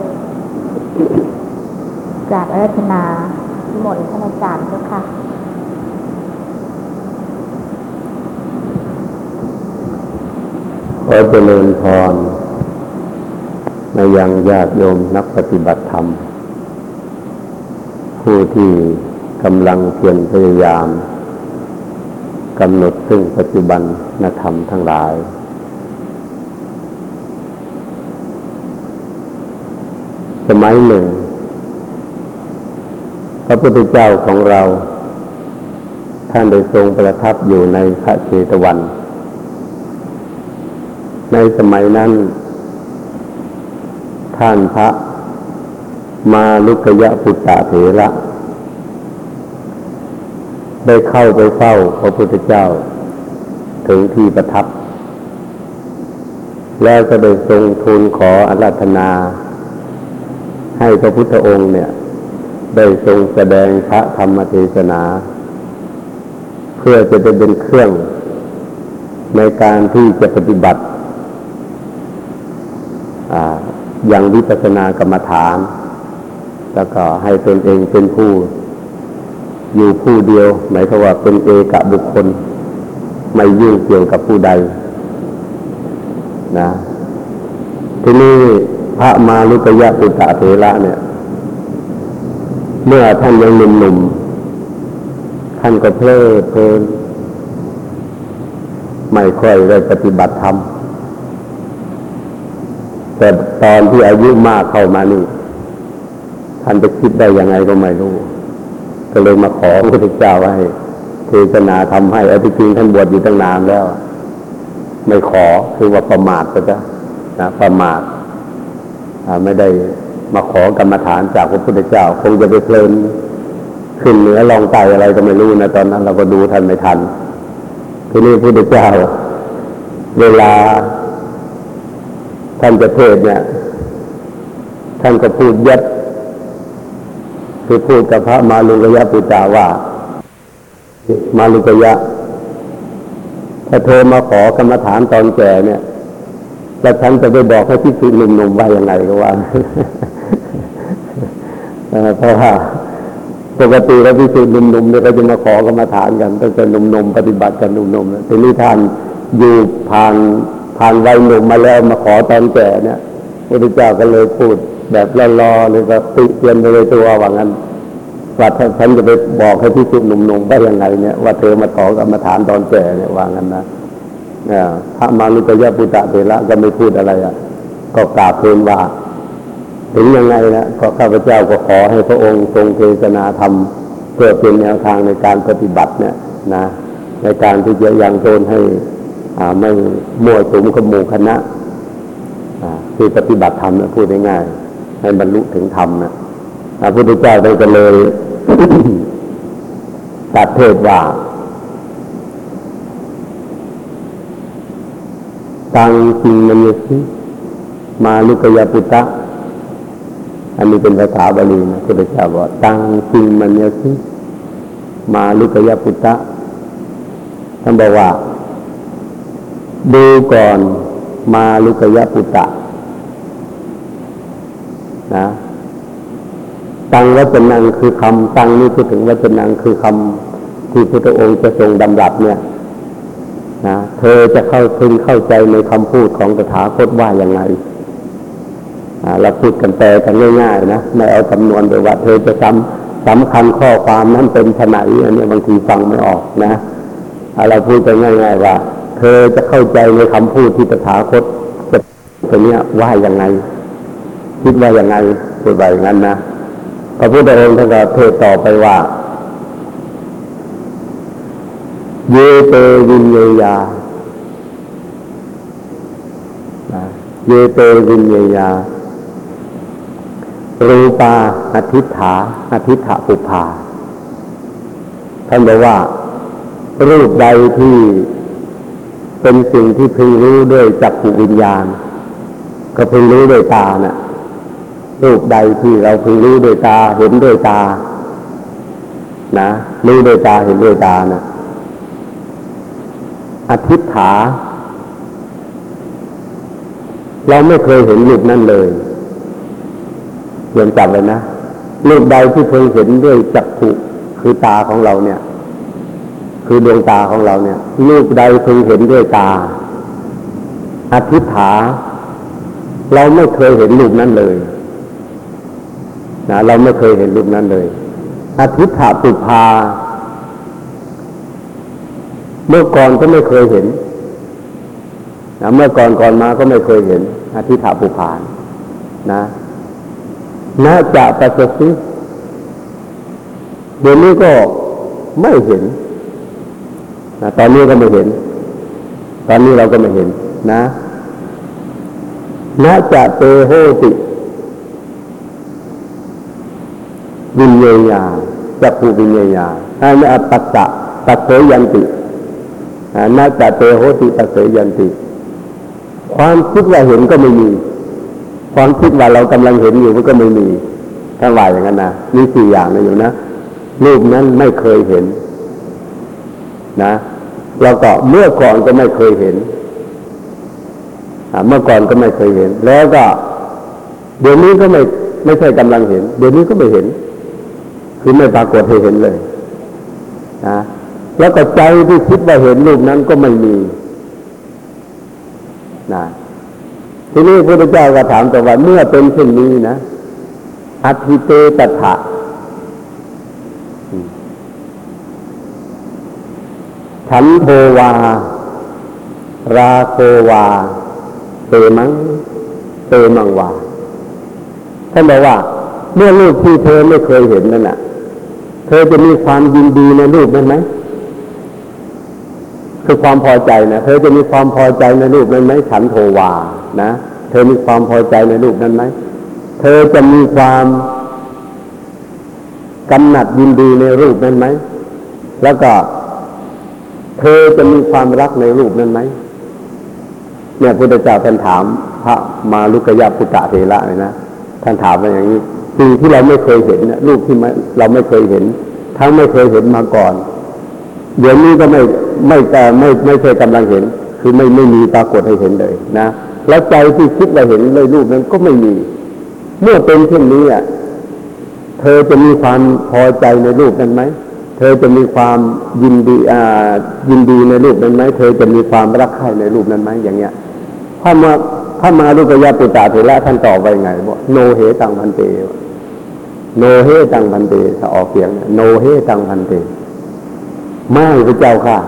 กราบอาราธนานิมนต์ท่านอาจารย์เจ้าค่ะขอเจริญพรในยังญาติโยมนักปฏิบัติธรรมผู้ที่กำลังเพียรพยายามกำหนดซึ่งปัจจุบันธรรมทั้งหลายสมัยหนึ่งพระพุทธเจ้าของเราท่านได้ทรงประทับอยู่ในพระเชตวัน ในสมัยนั้นท่านพระมาลุกยะปุตตะเถระได้เข้าไปเฝ้าพระพุทธเจ้าถึงที่ประทับแล้วก็ได้ทรงทูลขออาราธนาให้พระพุทธองค์เนี่ยได้ทรงแสดงพระธรรมเทศนาเพื่อจะได้เป็นเครื่องในการที่จะปฏิบัติอย่างวิปัสสนากรรมฐานแล้วก็ให้ตนเองเป็นผู้อยู่ผู้เดียวหมายความว่าเป็นเอกบุคคลไม่ยุ่งเกี่ยวกับผู้ใดนะทีนี้พระมาลุกยะปุตตะเถระเนี่ยเมื่อท่านยังหนุ่มๆท่านก็เพลิดเพลินไม่ค่อยได้ปฏิบัติธรรมแต่ตอนที่อายุมากเข้ามานี่ท่านจะคิดได้ยังไงก็ไม่รู้ก็เลยมาขอพระพุทธเจ้าให้เทศนาทำให้ที่จริงท่านบวชอยู่ตั้งนานแล้วไม่ขอคือว่าประมาทก็จะนะประมาทไม่ได้มาขอกรรมฐานจากพระพุทธเจ้าคงจะไปเพลินขึ้นเหนือลองใต้อะไรก็ไม่รู้นะตอนนั้นเราก็ดูท่านไม่ทันทีนี้พระพุทธเจ้าเวลาท่านจะเทศเนี่ยท่านก็พูดยัดคือพูดกับพระมาลุกยะปุตตะว่ามาลุกยะถ้าเธอมาขอกรรมฐานตอนแก่เนี่ยแล้วฉันจะไปบอกให้ภิกษุหนุ่มๆว่ายังไงก็ว่าเพราะว่าปกติแล้วภิกษุหนุ่มๆเนี่ยก็จะมาขอกรรมฐานกันตั้งแต่หนุ่มๆปฏิบัติกันหนุ่มๆทีนี้ท่านอยู่ผ่านวัยหนุ่มมาแล้วมาขอตอนแก่เนี่ยพระพุทธเจ้าก็เลยพูดแบบล่อๆเลยว่าติเตียนไปเลยตัวว่างั้นว่าฉันจะไปบอกให้ภิกษุหนุ่มๆได้ยังไงเนี่ยว่าเธอมาขอกรรมฐานตอนแก่เนี่ยว่างั้นนะพระมาลุกยะปุตตะเถระก็ไม่พูดอะไรก็กราบทูลว่าถึงยังไงนะก็ข้าพเจ้าก็ขอให้พระองค์ทรงเทศนาธรรมเพื่อเป็นแนวทางในการปฏิบัติเนี่ยนะในการที่จะยังตนให้ไม่มั่วสุมกับหมู่คณะที่ปฏิบัติธรรมนะพูดง่ายๆให้บรรลุถึงธรรมนะพระพุทธเจ้าได้ก็เลย ใตัดเทศว่าตังคิงมัญญสิมาลุกยปุตตะอันนี้เป็นภาษาบาลีนะพุทธเจ้าบอกตังคิงมัญญสิมาลุกยปุตตะท่านบอกว่าดูก่อนมาลุกยปุตตะนะตังวัจนังคือคำตังนี่พูดถึงวัจนังคือคำที่พระพุทธองค์จะทรงดำรัสเนี่ยนะเธอจะเข้าใจในคำพูดของตถาคตว่าอย่างไรเราพูดกันแปลกันง่ายๆนะไม่เอาจำนวนโดยว่าเธอจะสำคัญข้อความนั้นเป็นไฉนอันนี้บางทีฟังไม่ออกนะเราพูดกันง่ายๆว่าเธอจะเข้าใจในคำพูดที่ตถาคตจะตัวเนี้ยว่าอย่างไรคิดว่าอย่างไรพูดไปอย่างนั้นนะพระพุทธองค์ท่านก็เทศต่อไปว่าเยเตวินเยยาเยเตวินเยยารูปาอธิฏฐาปุพพาท่านบอกว่ารูปใดที่เป็นสิ่งที่พึงรู้ด้วยจักขุวิญญาณก็พึงรู้ด้วยตาน่ะรูปใดที่เราพึงรู้ด้วยตาเห็นด้วยตานะรู้ด้วยตาเห็นด้วยตาน่ะอธิฏฐาเราไม่เคยเห็นรูปนั้นเลยเรียนจำไว้นะรูปใดที่พึงเห็นด้วยจักขุคือตาของเราเนี่ยคือดวงตาของเราเนี่ยรูปใดพึงเห็นด้วยตาอธิษฐาเราไม่เคยเห็นรูปนั้นเลยนะเราไม่เคยเห็นรูปนั้นเลยอธิษฐาปุพพาเมื่อก่อนก็ไม่เคยเห็นนะเมื่อก่อนมาก็ไม่เคยเห็นอธิษฐาปุพพานะน่าจะปัสสติเดี๋ยวนี้ก็ไม่เห็นนะตอนนี้ก็ไม่เห็นตอนนี้เราก็ไม่เห็นนะน่าจะเตโหติวิญญาจักขุวิญญาให้ไม่อัตตะตัสเสยันติน่าจะเตโหติตัสเสยันติความคิดว่าเห็นก็ไม่มีความคิดว่าเรากำลังเห็นอยู่มันก็ไม่มีถ้าว่าอย่างนั้นนะมี4อย่างนะอยู่นะรูปนั้นไม่เคยเห็นนะแล้วก็เมื่อก่อนก็ไม่เคยเห็นเมื่อก่อนก็ไม่เคยเห็นแล้วก็เดี๋ยวนี้ก็ไม่ใช่กำลังเห็นเดี๋ยวนี้ก็ไม่เห็นคือไม่ปรากฏให้เห็นเลยนะแล้วก็ใจที่คิดว่าเห็นรูปนั้นก็ไม่มีนะทีนี้พระพุทธเจ้าก็ถามต่อว่าเมื่อเป็นเช่นนี้นะอธิเตตัฏฐะฉันโทวาราโควาเตมังวาท่านบอกว่าเมื่อรูปที่เธอไม่เคยเห็นนั่นน่ะเธอจะมีความยินดีในรูปนั้นไหมคือความพอใจนะเธอจะมีความพอใจในรูปนั้นไหมฉันโทวานะเธอมีความพอใจในรูปนั้นไหมเธอจะมีความกำหนัดยินดีในรูปนั้นไหมแล้วก็เธอจะมีความรักในรูปนั้นไหมเนี่ยพุทธเจ้าท่านถามพระมาลุกยปุตตะเถระเลยนะท่านถามว่าอย่างนี้สิ่งที่เราไม่เคยเห็นนะรูปที่เราไม่เคยเห็นทั้งไม่เคยเห็นมาก่อนเดี๋ยวนี้ก็ไม่เคยกำลังเห็นคือไม่มีปรากฏให้เห็นเลยนะแล้วใจที่คิดว่าเห็นในรูปนั้นก็ไม่มีเมื่อเป็นเช่นนี้อ่ะเธอจะมีความพอใจในรูปนั้นไหมเธอจะมีความยินดีในรูปนั้นไหมเธอจะมีความรักใคร่ในรูปนั้นไหมอย่างเงี้ยถ้ามาลุกยปุตตะเถระท่านตอบไว้ไงบอกโนเหตังพันเตโนเหตังพันเตถ้าออกเสียงโนเหตังพันเตไม่พระเจ้าค่ะ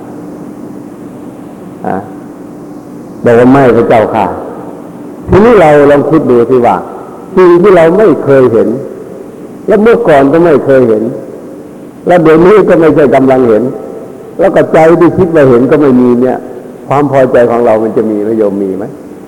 บอกว่าไม่พระเจ้าค่ะทีนี้เราลองคิดดูสิว่าสิ่งที่เราไม่เคยเห็นและเมื่อก่อนก็ไม่เคยเห็นแล้วเดี๋ยวนี้ก็ไม่ใช่กำลังเห็นแล้วก็ใจที่คิดว่าเห็นก็ไม่มีเนี่ยความพอใจของเรามันจะมีไหมโยมมีไหม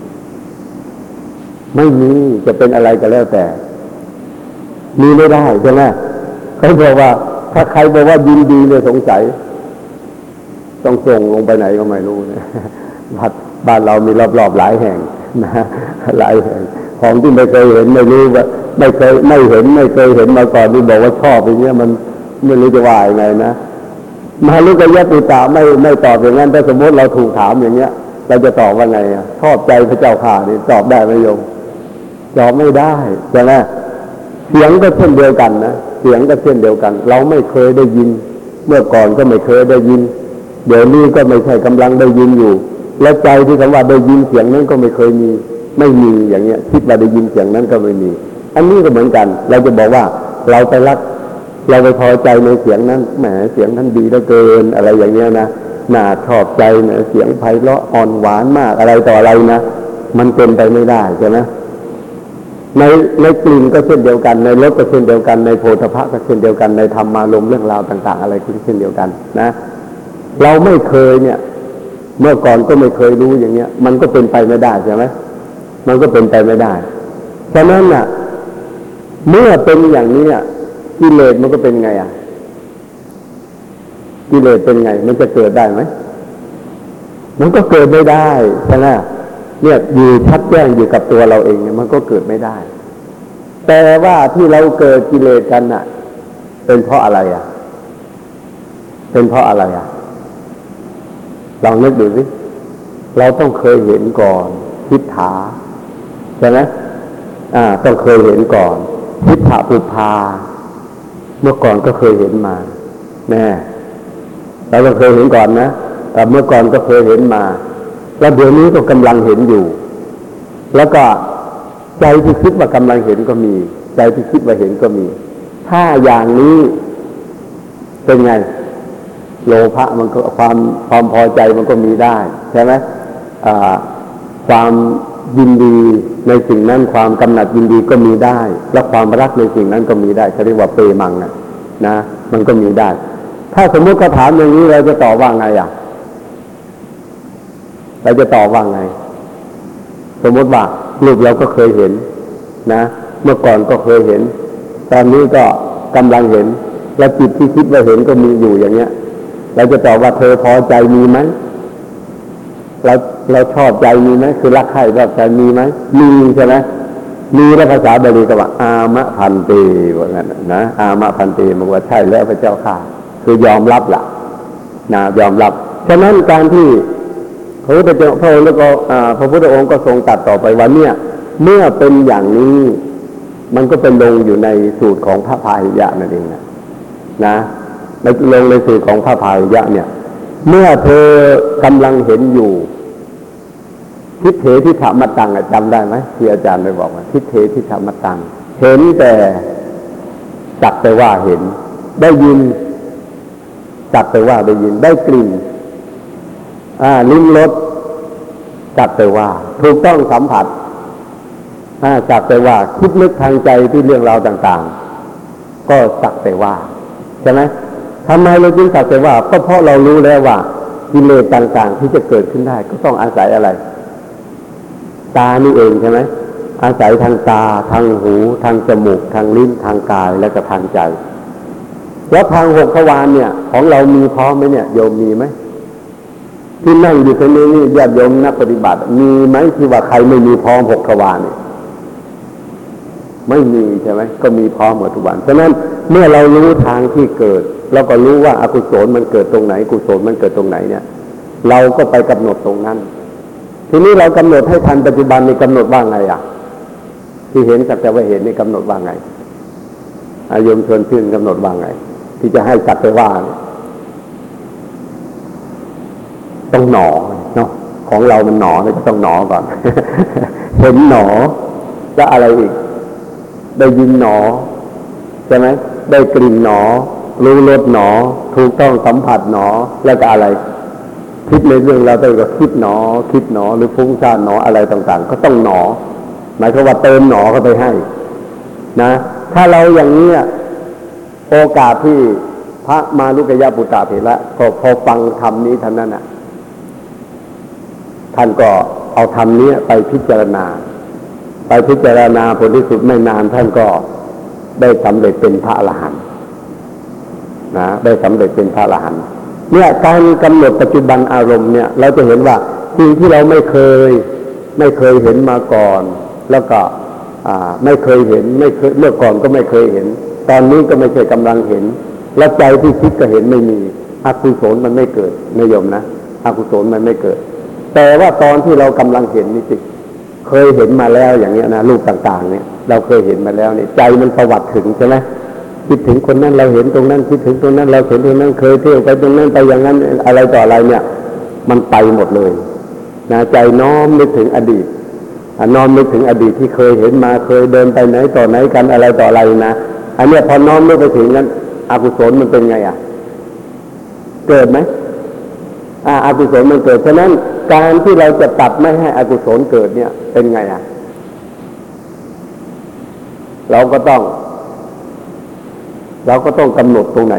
ไม่มีจะเป็นอะไรก็แล้วแต่มีไม่ได้ใช่ไหมเขาบอกว่าถ้าใครบอกว่ายินดีเลยสงสัยต้องส่งลงไปไหนก็ไม่รู้นะบ้านเรามีรอบๆหลายแห่งนะหลายแห่งของที่ไม่เคยเห็นไม่รู้ว่าไม่เคยเห็นมาก่อนนี่บอกว่าชอบอย่างเงี้ยมันไม่รู้จะว่ายังไงนะมาลุกยะปุตตะไม่ตอบอย่างนั้นถ้าสมมติเราถูกถามอย่างเงี้ยเราจะตอบว่าไงชอบใจพระเจ้าข่านี่ตอบได้ไหมโยมตอบไม่ได้ใช่ไหมเสียงก็เช่นเดียวกันนะเสียงก็เช่นเดียวกันเราไม่เคยได้ยินเมื่อก่อนก็ไม่เคยได้ยินเดี๋ยวนี้ก็ไม่ใช่กำลังได้ยินอยู่และใจที่คำว่าได้ยินเสียงนั้นก็ไม่เคยมีไม่มีอย่างเงี้ยคิดว่าได้ยินเสียงนั้นก็ไม่มีอันนี้ก็เหมือนกันเราจะบอกว่าเราไปรักเราไปพอใจในเสียงนั้นแหมเสียงนั้นดีเหลือเกินอะไรอย่างเงี้ยนะน่าชอบใจเนี่ยเสียงไพเราะอ่อนหวานมากอะไรต่ออะไรนะมันเป็นไปไม่ได้ใช่ไหมในกลิ่นก็เช่นเดียวกันในรสก็เช่นเดียวกันในโผฏฐัพพะก็เช่นเดียวกันในธรรมารมณ์เรื่องราวต่างๆอะไรก็เช่นเดียวกันนะเราไม่เคยเนี่ยเมื่อก่อนก็ไม่เคยรู้อย่างเงี้ยมันก็เป็นไปไม่ได้ใช่ไหมมันก็เป็นไปไม่ได้ฉะนั้นน่ะเมื่อเป็นอย่างนี้กิเลสมันก็เป็นไงกิเลสเป็นไงมันจะเกิดได้ไหมมันก็เกิดไม่ได้ใช่ไหมเนี่ยอยู่ชัดแจ้งอยู่กับตัวเราเองเนี่ยมันก็เกิดไม่ได้แต่ว่าที่เราเกิดกิเลสกันเป็นเพราะอะไรเป็นเพราะอะไรลองนึกดูสิเราต้องเคยเห็นก่อนทิฏฐาใช่ไหมต้องเคยเห็นก่อนทิฏฐะปุพพาเมื่อก่อนก็เคยเห็นมาแน่เราก็เคยเห็นก่อนนะแต่เมื่อก่อนก็เคยเห็นมาแล้วเดี๋ยวนี้ก็กำลังเห็นอยู่แล้วก็ใจที่คิดว่ากำลังเห็นก็มีใจที่คิดว่าเห็นก็มีถ้าอย่างนี้เป็นไงโลภะมันก็ความพอใจมันก็มีได้ใช่ไหมความยินดีในสิ่งนั้นความกำหนัดยินดีก็มีได้และความรักในสิ่งนั้นก็มีได้เขาเรียกว่าเปมังนะมันก็มีได้ถ้าสมมติเขาถามอย่างนี้เราจะตอบว่าไงเราจะตอบว่าไงสมมติว่ารูปเราก็เคยเห็นนะเมื่อก่อนก็เคยเห็นตอนนี้ก็กำลังเห็นและจิตที่คิดว่าเห็นก็มีอยู่อย่างเงี้ยเราจะตอบว่าเธอพอใจมีไหมเราชอบใจมีไหมคือรักใคร่ชอบใจมีไหมมีใช่ไหมมีแล้วภาษาบาลีก็ว่าอามะพันเตว่างั้นนะอามะพันเตมันว่าใช่แล้วพระเจ้าข้าคือยอมรับล่ะนะยอมรับฉะนั้นการที่พระพุทธเจ้าพระองค์แล้วก็พระพุทธองค์ก็ทรงตรัสต่อไปว่าเนี่ยเมื่อเป็นอย่างนี้มันก็เป็นลงอยู่ในสูตรของพระพาหิยะนั่นเองนะลงในสูตรของพระพาหิยะเนี่ยเมื่อเธอกำลังเห็นอยู่ทิฏเถทิฏฐมัตตังจำได้ไหมที่อาจารย์ได้บอกว่าทิฏเถทิฏฐมัตตังเห็นแต่จักแต่ว่าเห็นได้ยินจักแต่ว่าได้ยินได้กลิ่นลิ้มรสจักแต่ว่าถูกต้องสัมผัสจักแต่ว่าคิดนึกทางใจที่เรื่องราวต่างๆก็จักแต่ว่าใช่ไหมทำไมเราจึงจักแต่ว่าก็เพราะเรารู้แล้วว่ากิเลสต่างๆที่จะเกิดขึ้นได้ก็ต้องอาศัยอะไรตานี่เองใช่ไหมอาศัยทางตาทางหูทางจมูกทางลิ้นทางกายและก็ทางใจแล้วทางหกทวารเนี่ยของเรามีพร้อมไหมเนี่ยโยมมีไหมที่นั่งอยู่ตรงนี้ญาติโยมนักปฏิบัติมีไหมที่ว่าใครไม่มีพร้อมหกทวารเนี่ยไม่มีใช่ไหมก็มีพร้อมหมดทุกวันฉะนั้นเมื่อเรารู้ทางที่เกิดเราก็รู้ว่าอกุศลมันเกิดตรงไหนกุศลมันเกิดตรงไหนเนี่ยเราก็ไปกำหนดตรงนั้นทีนี้เรากำหนดให้ทันปัจจุบันนี่กำหนดว่าไงที่เห็นสักแต่ว่าเห็นนี่กำหนดว่าไงโยมชวนชื่นกำหนดว่าไงที่จะให้สักแต่ว่าต้องหนอเนาะของเรามันหนอเนี่ยต้องหนอก่อน เห็นหนอแล้วอะไรอีกได้ยินหนอใช่ไหมได้กลิ่นหนอรู้รสหนอถูกต้องสัมผัสหนอแล้วก็อะไรคิดในเรื่องเราต้องก็คิดหนอหรือฟุ้งซ่านหนออะไรต่างๆก็ต้องหนอหมายความว่าเติมหนอเข้าไปให้นะถ้าเราอย่างนี้โอกาสที่พระมาลุกยะปุตตะเถระก็พอฟังธรรมนี้ท่านนั้นท่านก็เอาธรรมนี้ไปพิจารณาผลที่สุดไม่นานท่านก็ได้สำเร็จเป็นพระอรหันต์นะได้สำเร็จเป็นพระอรหันต์เนี่ยการกำหนดปัจจุบันอารมณ์เนี่ยเราจะเห็นว่าสิ่งที่เราไม่เคยเห็นมาก่อนแล้วก็ไม่เคยเห็นไม่เคยเมื่อก่อนก็ไม่เคยเห็นตอนนี้ก็ไม่ใช่กำลังเห็นและใจที่คิดก็เห็นไม่มีอกุศลมันไม่เกิดนิยมนะอกุศลมันไม่เกิดแต่ว่าตอนที่เรากำลังเห็นนี่สิเคยเห็นมาแล้วอย่างเงี้ยนะรูปต่างๆเนี่ยเราเคยเห็นมาแล้วนี่ใจมันประวัติถึงใช่ไหมคิดถึงคนนั้นเราเห็นตรงนั้นคิดถึงตรงนั้นเราเห็นตรงนั้นเคยเที่ยวไปตรงนั้นไปอย่างนั้นอะไรต่ออะไรเนี่ยมันไปหมดเลยนะใจน้อมนึกถึงอดีตน้อมนึกถึงอดีตที่เคยเห็นมาเคยเดินไปไหนต่อไหนกันอะไรต่ออะไรนะอันนี้พอน้อมนึกไปถึงนั้นอกุศลมันเป็นไงเกิดไหมอกุศลมันเกิดฉะนั้นการที่เราจะตัดไม่ให้อกุศลเกิดเนี่ยเป็นไงเราก็ต้องกำหนดตรงไหน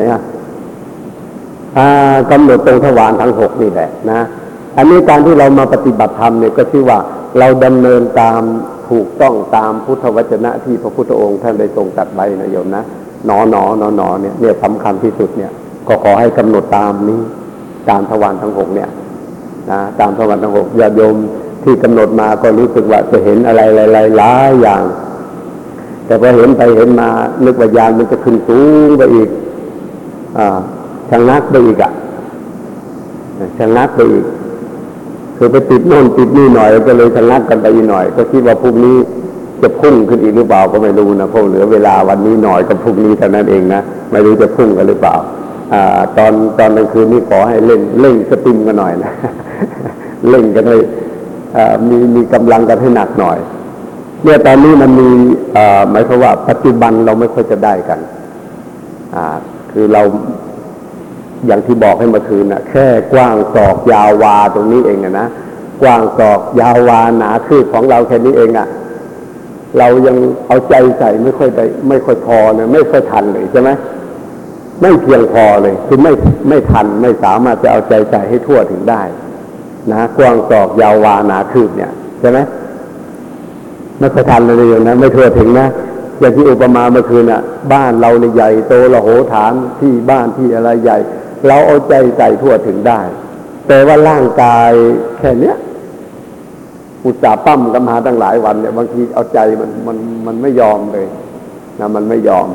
กำหนดตรงทวารทั้งหกนี่แหละนะอันนี้การที่เรามาปฏิบัติธรรมเนี่ยก็ชื่อว่าเราดำเนินตามถูกต้องตามพุทธวจนะที่พระพุทธองค์ท่านได้ทรงตรัสไว้นะโยมนะหนอเนี่ยสำคัญที่สุดเนี่ยก็ขอให้กำหนดตามนี้ตามทวารทั้งหกเนี่ยนะตามทวารทั้งหกญาติโยมที่กำหนดมาก็รู้สึกว่าจะเห็นอะไรหลายอย่างแต่พอเห็นไปเห็นมานึกว่าญาณมันจะขึ้นสูงไปอีกชะงักไปอีกชะงักไปอีกคือไปติดโน่นติดนี่หน่อยก็เลยชะงักกันไปอีกหน่อยก็คิดว่าพรุ่งนี้จะพุ่งขึ้นอีกหรือเปล่าก็ไม่รู้นะเพราะเหลือเวลาวันนี้หน่อยกับพรุ่งนี้เท่านั้นเองนะไม่รู้จะพุ่งกันหรือเปล่าตอนกลางคืนนี้ขอให้เล่นสติมกันหน่อยนะ เล่นกันให้มีกำลังกันให้หนักหน่อยเนี่ยตอนนี้มันมีหมายความว่าปัจจุบันเราไม่ค่อยจะได้กันคือเราอย่างที่บอกให้เมื่อคืนนะแค่กว้างศอกยาววาตรงนี้เองนะกว้างศอกยาววาหนาคืบของเราแค่นี้เองเรายังเอาใจใส่ไม่ค่อยพอนะไม่ค่อยทันเลยใช่ไหมไม่เพียงพอเลยคือไม่ทันไม่สามารถจะเอาใจใส่ให้ทั่วถึงได้นะกว้างศอกยาววาหนาคืบเนี่ยใช่ไหมไม่ค่อยทันเลยนะไม่ทั่วถึงนะอย่างที่อุปมาเมื่อคืนบ้านเราใหญ่โตระโหฐานที่บ้านที่อะไรใหญ่เราเอาใจใส่ทั่วถึงได้แต่ว่าร่างกายแค่เนี้ยอุตส่าห์ปั้มกันมาตั้งหลายวันเนี่ยบางทีเอาใจมันไม่ยอมเลยนะมันไม่ยอม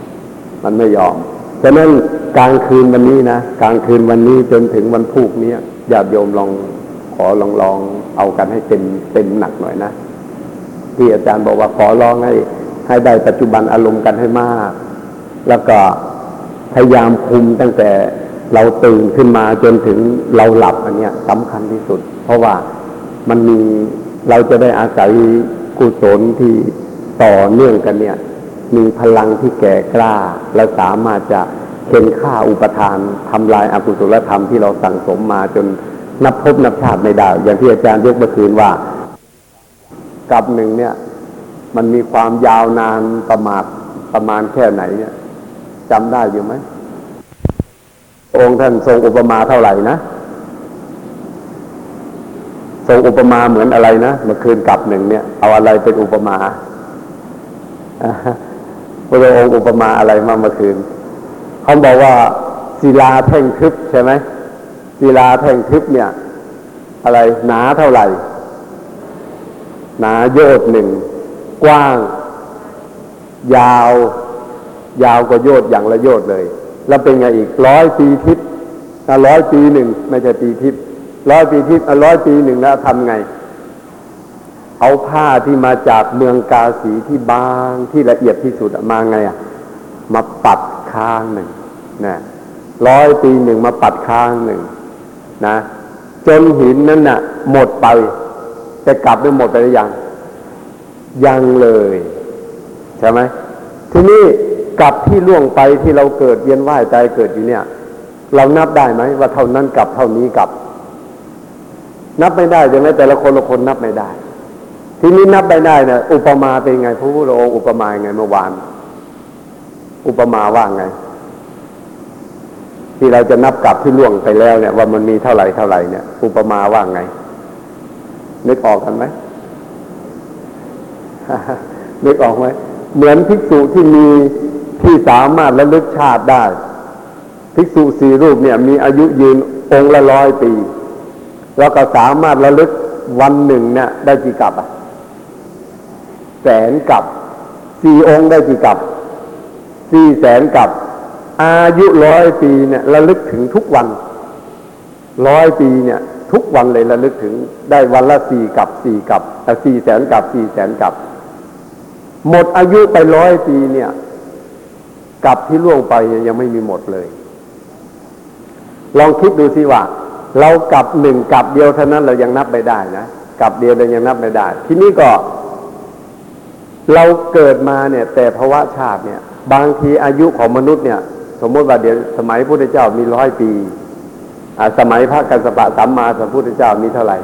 ฉะนั้นกลางคืนวันนี้นะกลางคืนวันนี้จนถึงวันพุธนี้ญาติโยมลองเอากันให้เต็มหนักหน่อยนะที่อาจารย์บอกว่าขอร้องให้ได้ปัจจุบันอารมณ์กันให้มากแล้วก็พยายามคุมตั้งแต่เราตื่นขึ้นมาจนถึงเราหลับอันเนี้ยสำคัญที่สุดเพราะว่ามันมีเราจะได้อาศัยกุศลที่ต่อเนื่องกันเนี่ยมีพลังที่แก่กล้าและสามารถจะเข็นฆ่าอุปทานทำลายอกุศลธรรมที่เราสั่งสมมาจนนับพบนับชาติไม่ได้อย่างที่อาจารย์ยกเมื่อคืนว่ากับหนึ่งเนี่ยมันมีความยาวนานประมาณแค่ไหนเนี่ยจำได้อยู่ไหมองค์ท่านทรงอุปมาเท่าไหร่นะทรงอุปมาเหมือนอะไรนะเมื่อคืนกับหนึ่งเนี่ยเอาอะไรเป็นอุปมาพระองค์อุปมาอะไรมาเมื่อคืนเขาบอกว่าศิลาแท่งทึบใช่ไหมศิลาแท่งทึบเนี่ยอะไรหนาเท่าไหร่หนาโยชน์หนึ่งกว้างยาวกว่าโยชน์อย่างละโยชน์เลยแล้วเป็นไงอีก100 ปีทิพย์100 ปีหนึ่งไม่ใช่ปีทิพย์100 ปีทิพย์100 ปีหนึ่งแล้วทำไงเอาผ้าที่มาจากเมืองกาสีที่บางที่ละเอียดที่สุดมาไงมาปัดข้างหนึ่งนะ100 ปีหนึ่งมาปัดข้างหนึ่งนะจนหินนั้นน่ะหมดไปแต่กลับไม่หมดไปหรือยังเลยใช่ไหมทีนี้กลับที่ล่วงไปที่เราเกิดเวียนว่ายตายเกิดอยู่เนี่ยเรานับได้ไหมว่าเท่านั้นกลับเท่านี้กลับนับไม่ได้ใช่ไหมแต่ละคนนับไม่ได้ทีนี้นับไม่ได้เนี่ยอุปมาเป็นไงพระพุทธองค์อุปมาไงเมื่อวานอุปมาว่าไงที่เราจะนับกลับที่ล่วงไปแล้วเนี่ยว่ามันมีเท่าไหร่เนี่ยอุปมาว่าไงนึกออกกันไหม นึกออกไหมเหมือนภิกษุที่สามารถระลึกชาติได้ภิกษุ4 รูปเนี่ยมีอายุยืนองค์ละ100 ปีแล้วก็สามารถระลึกวันหนึ่งเนี่ยได้กี่กับ100,000 กับ4 องค์ได้กี่กับ400,000 กับอายุ100 ปีเนี่ยระลึกถึงทุกวัน100 ปีเนี่ยทุกวันเลยระลึกถึงได้วันละ4 กับ4 กับ400,000 กับ400,000 กับหมดอายุไป100 ปีเนี่ยกับที่ล่วงไปยังไม่มีหมดเลยลองคิดดูสิว่าเรากับ1 กับเดียวเท่านั้นเรายังนับไม่ได้นะกับเดียวเรายังนับไม่ได้ทีนี้ก็เราเกิดมาเนี่ยแต่ภวะชาติเนี่ยบางทีอายุของมนุษย์เนี่ยสมมติว่าเดี๋ยวสมัยพระพุทธเจ้ามี100 ปีสมัยพระกัสสปะสัมมาสัมพุทธเจ้ามีเท่าไหร่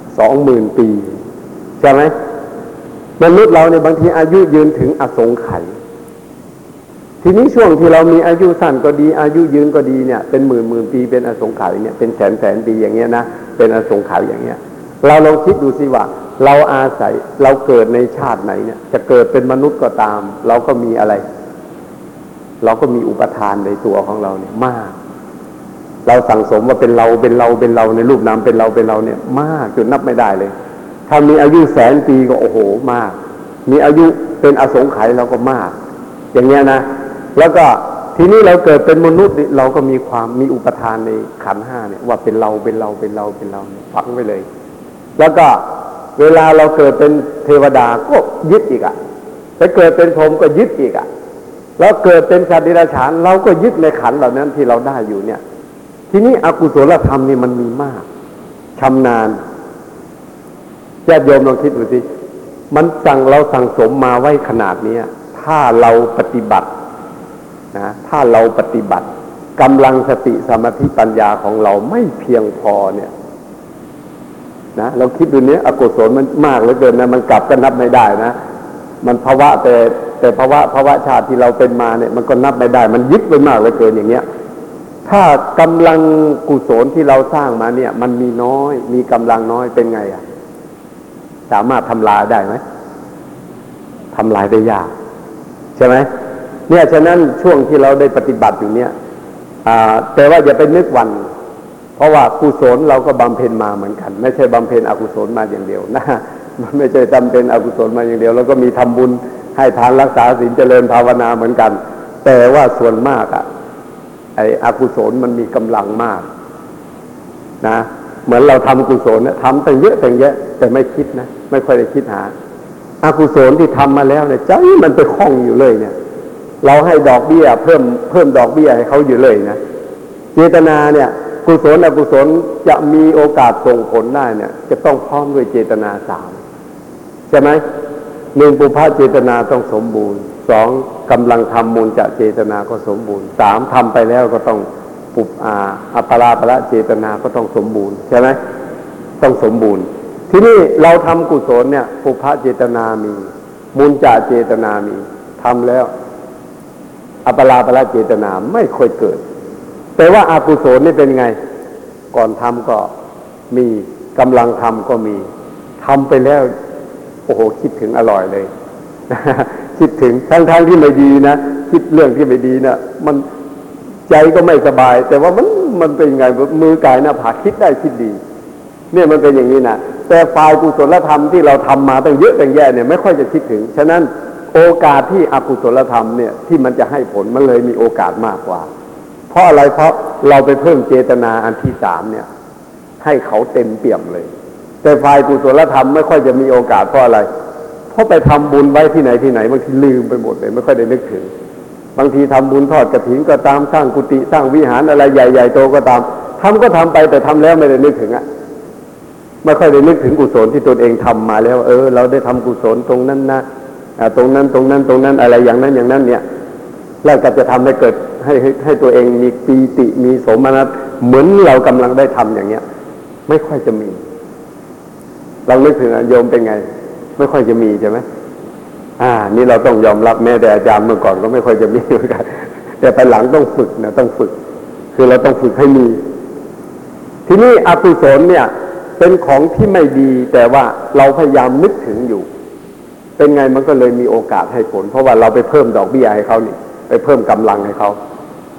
20,000 ปีใช่ไหมมนุษย์เราเนี่ยบางทีอายุยืนถึงอสงไขยทีนี้ช่วงที่เรามีอายุสั้นก็ดีอายุยืนก็ดีเนี่ยเป็นหมื่นปีเป็นอสงไขยเนี่ยเป็นแสนปีอย่างเงี้ยนะเป็นอสงไขยอย่างเงี้ยเราลองคิดดูสิว่าเราอาศัยเราเกิดในชาติไหนเนี่ยจะเกิดเป็นมนุษย์ก็ตามเราก็มีอะไรเราก็มีอุปทานในตัวของเราเนี่ยมากเราสั่งสมว่าเป็นเราในรูปนามเป็นเราเนี่ยมากจนนับไม่ได้เลยถ้ามีอายุ100,000 ปีก็โอ้โหมากมีอายุเป็นอสงไขยเราก็มากอย่างเงี้ยนะแล้วก็ทีนี้เราเกิดเป็นมนุษย์เราก็มีอุปทานในขันธ์5เนี่ยว่าเป็นเราเนี่ยฝังไว้เลยแล้วก็เวลาเราเกิดเป็นเทวดาก็ยึดอีกไปเกิดเป็นพรหมก็ยึดอีกแล้วเกิดเป็นสัตว์เดรัจฉานเราก็ยึดในขันธ์เหล่านั้นที่เราได้อยู่เนี่ยทีนี้อกุศลธรรมนี่มันมีมากชำนาญญาติโยมลองคิดดูสิมันเราสั่งสมมาไว้ขนาดนี้ถ้าเราปฏิบัตินะถ้าเราปฏิบัติกำลังสติสมาธิปัญญาของเราไม่เพียงพอเนี่ยนะเราคิดดูเนี้ยอกุศลมันมากเหลือเกินนะมันกลับก็นับไม่ได้นะมันภาวะแต่ภาวะชาติที่เราเป็นมาเนี่ยมันก็นับไม่ได้มันยึดไปมากเหลือเกินอย่างเงี้ยถ้ากำลังกุศลที่เราสร้างมาเนี่ยมันมีน้อยมีกำลังน้อยเป็นไงสามารถทำลายได้ไหมทำลายได้ยากใช่ไหมเนี่ยฉะนั้นช่วงที่เราได้ปฏิบัติอยู่เนี่ยแต่ว่าอย่าไปนึกวันเพราะว่ากุศลเราก็บำเพ็ญมาเหมือนกันไม่ใช่บำเพ็ญอกุศลมาอย่างเดียวนะมันไม่ใช่บำเพ็ญอกุศลมาอย่างเดียวแล้วก็มีทำบุญให้ทานรักษาศีลเจริญภาวนาเหมือนกันแต่ว่าส่วนมากไอ้อกุศลมันมีกำลังมากนะเหมือนเราทำกุศลทำแต่เยอะแต่ไม่คิดนะไม่ค่อยได้คิดหาอกุศลที่ทำมาแล้วเนี่ยใจมันไปคล้องอยู่เลยเนี่ยเราให้ดอกเบี้ยเพิ่มดอกเบี้ยให้เขาอยู่เลยนะเจตนาเนี่ยกุศลอกุศลจะมีโอกาสส่งผลได้เนี่ยจะต้องพร้อมด้วยเจตนา3ใช่ไหม1ปุพพะเจตนาต้องสมบูรณ์2กำลังทำมูลจะเจตนาก็สมบูรณ์3ทำไปแล้วก็ต้องอัปปราประเจตนาก็ต้องสมบูรณ์ใช่ไหมต้องสมบูรณ์ที่นี่เราทำกุศลเนี่ยปุพพะเจตนามีมูลจะเจตนามีทำแล้วอัปปราประเจตนาไม่ค่อยเกิดแต่ว่าอกุศลนี่เป็นไงก่อนทำก็มีกำลังทำก็มีทำไปแล้วโอ้โหคิดถึงอร่อยเลย คิดถึงทั้งที่ไม่ดีนะคิดเรื่องที่ไม่ดีนะมันใจก็ไม่สบายแต่ว่ามันเป็นไงมือกายหน้าผากคิดได้คิดดีเนี่ยมันเป็นอย่างนี้นะแต่ฝ่ายกุศลธรรมที่เราทำมาตั้งเยอะตั้งแยะเนี่ยไม่ค่อยจะคิดถึงฉะนั้นโอกาสที่อกุศลธรรมเนี่ยที่มันจะให้ผลมันเลยมีโอกาสมากกว่าเพราะอะไรเพราะเราไปเพิ่มเจตนาอันที่3เนี่ยให้เขาเต็มเปี่ยมเลยแต่ฝ่ายกุศลธรรมไม่ค่อยจะมีโอกาสเพราะอะไรเพราะไปทำบุญไว้ที่ไหนบางทีลืมไปหมดเลยไม่ค่อยได้นึกถึงบางทีทำบุญทอดกฐินก็ตามสร้างกุฏิสร้างวิหารอะไรใหญ่ๆโตก็ตามก็ทำไปแต่ทำแล้วไม่ได้นึกถึงไม่ค่อยได้นึกถึงกุศลที่ตนเองทำมาแล้วเราได้ทำกุศลตรงนั้นนะตรงนั้นอะไรอย่างนั้นเนี่ยแล้วก็จะทำให้เกิดให้ตัวเองมีปีติมีโสมนัสเหมือนเรากำลังได้ทำอย่างเงี้ยไม่ค่อยจะมีเรานึกถึงโยมเป็นไงไม่ค่อยจะมีใช่ไหมนี่เราต้องยอมรับแม้แต่อาจารย์เมื่อก่อนก็ไม่ค่อยจะมีเหมือนกันแต่ไปหลังต้องฝึกนะต้องฝึกคือเราต้องฝึกให้มีทีนี้อกุศลเนี่ยเป็นของที่ไม่ดีแต่ว่าเราพยายามนึกถึงอยู่เป็นไงมันก็เลยมีโอกาสให้ผลเพราะว่าเราไปเพิ่มดอกเบี้ยให้เขานี่ไปเพิ่มกำลังให้เขา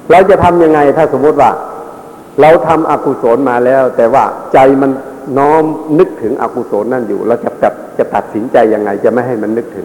เราจะทำยังไงถ้าสมมติว่าเราทำอกุศลมาแล้วแต่ว่าใจมันน้อมนึกถึงอกุศลนั่นอยู่เราจะตัดสินใจยังไงจะไม่ให้มันนึกถึง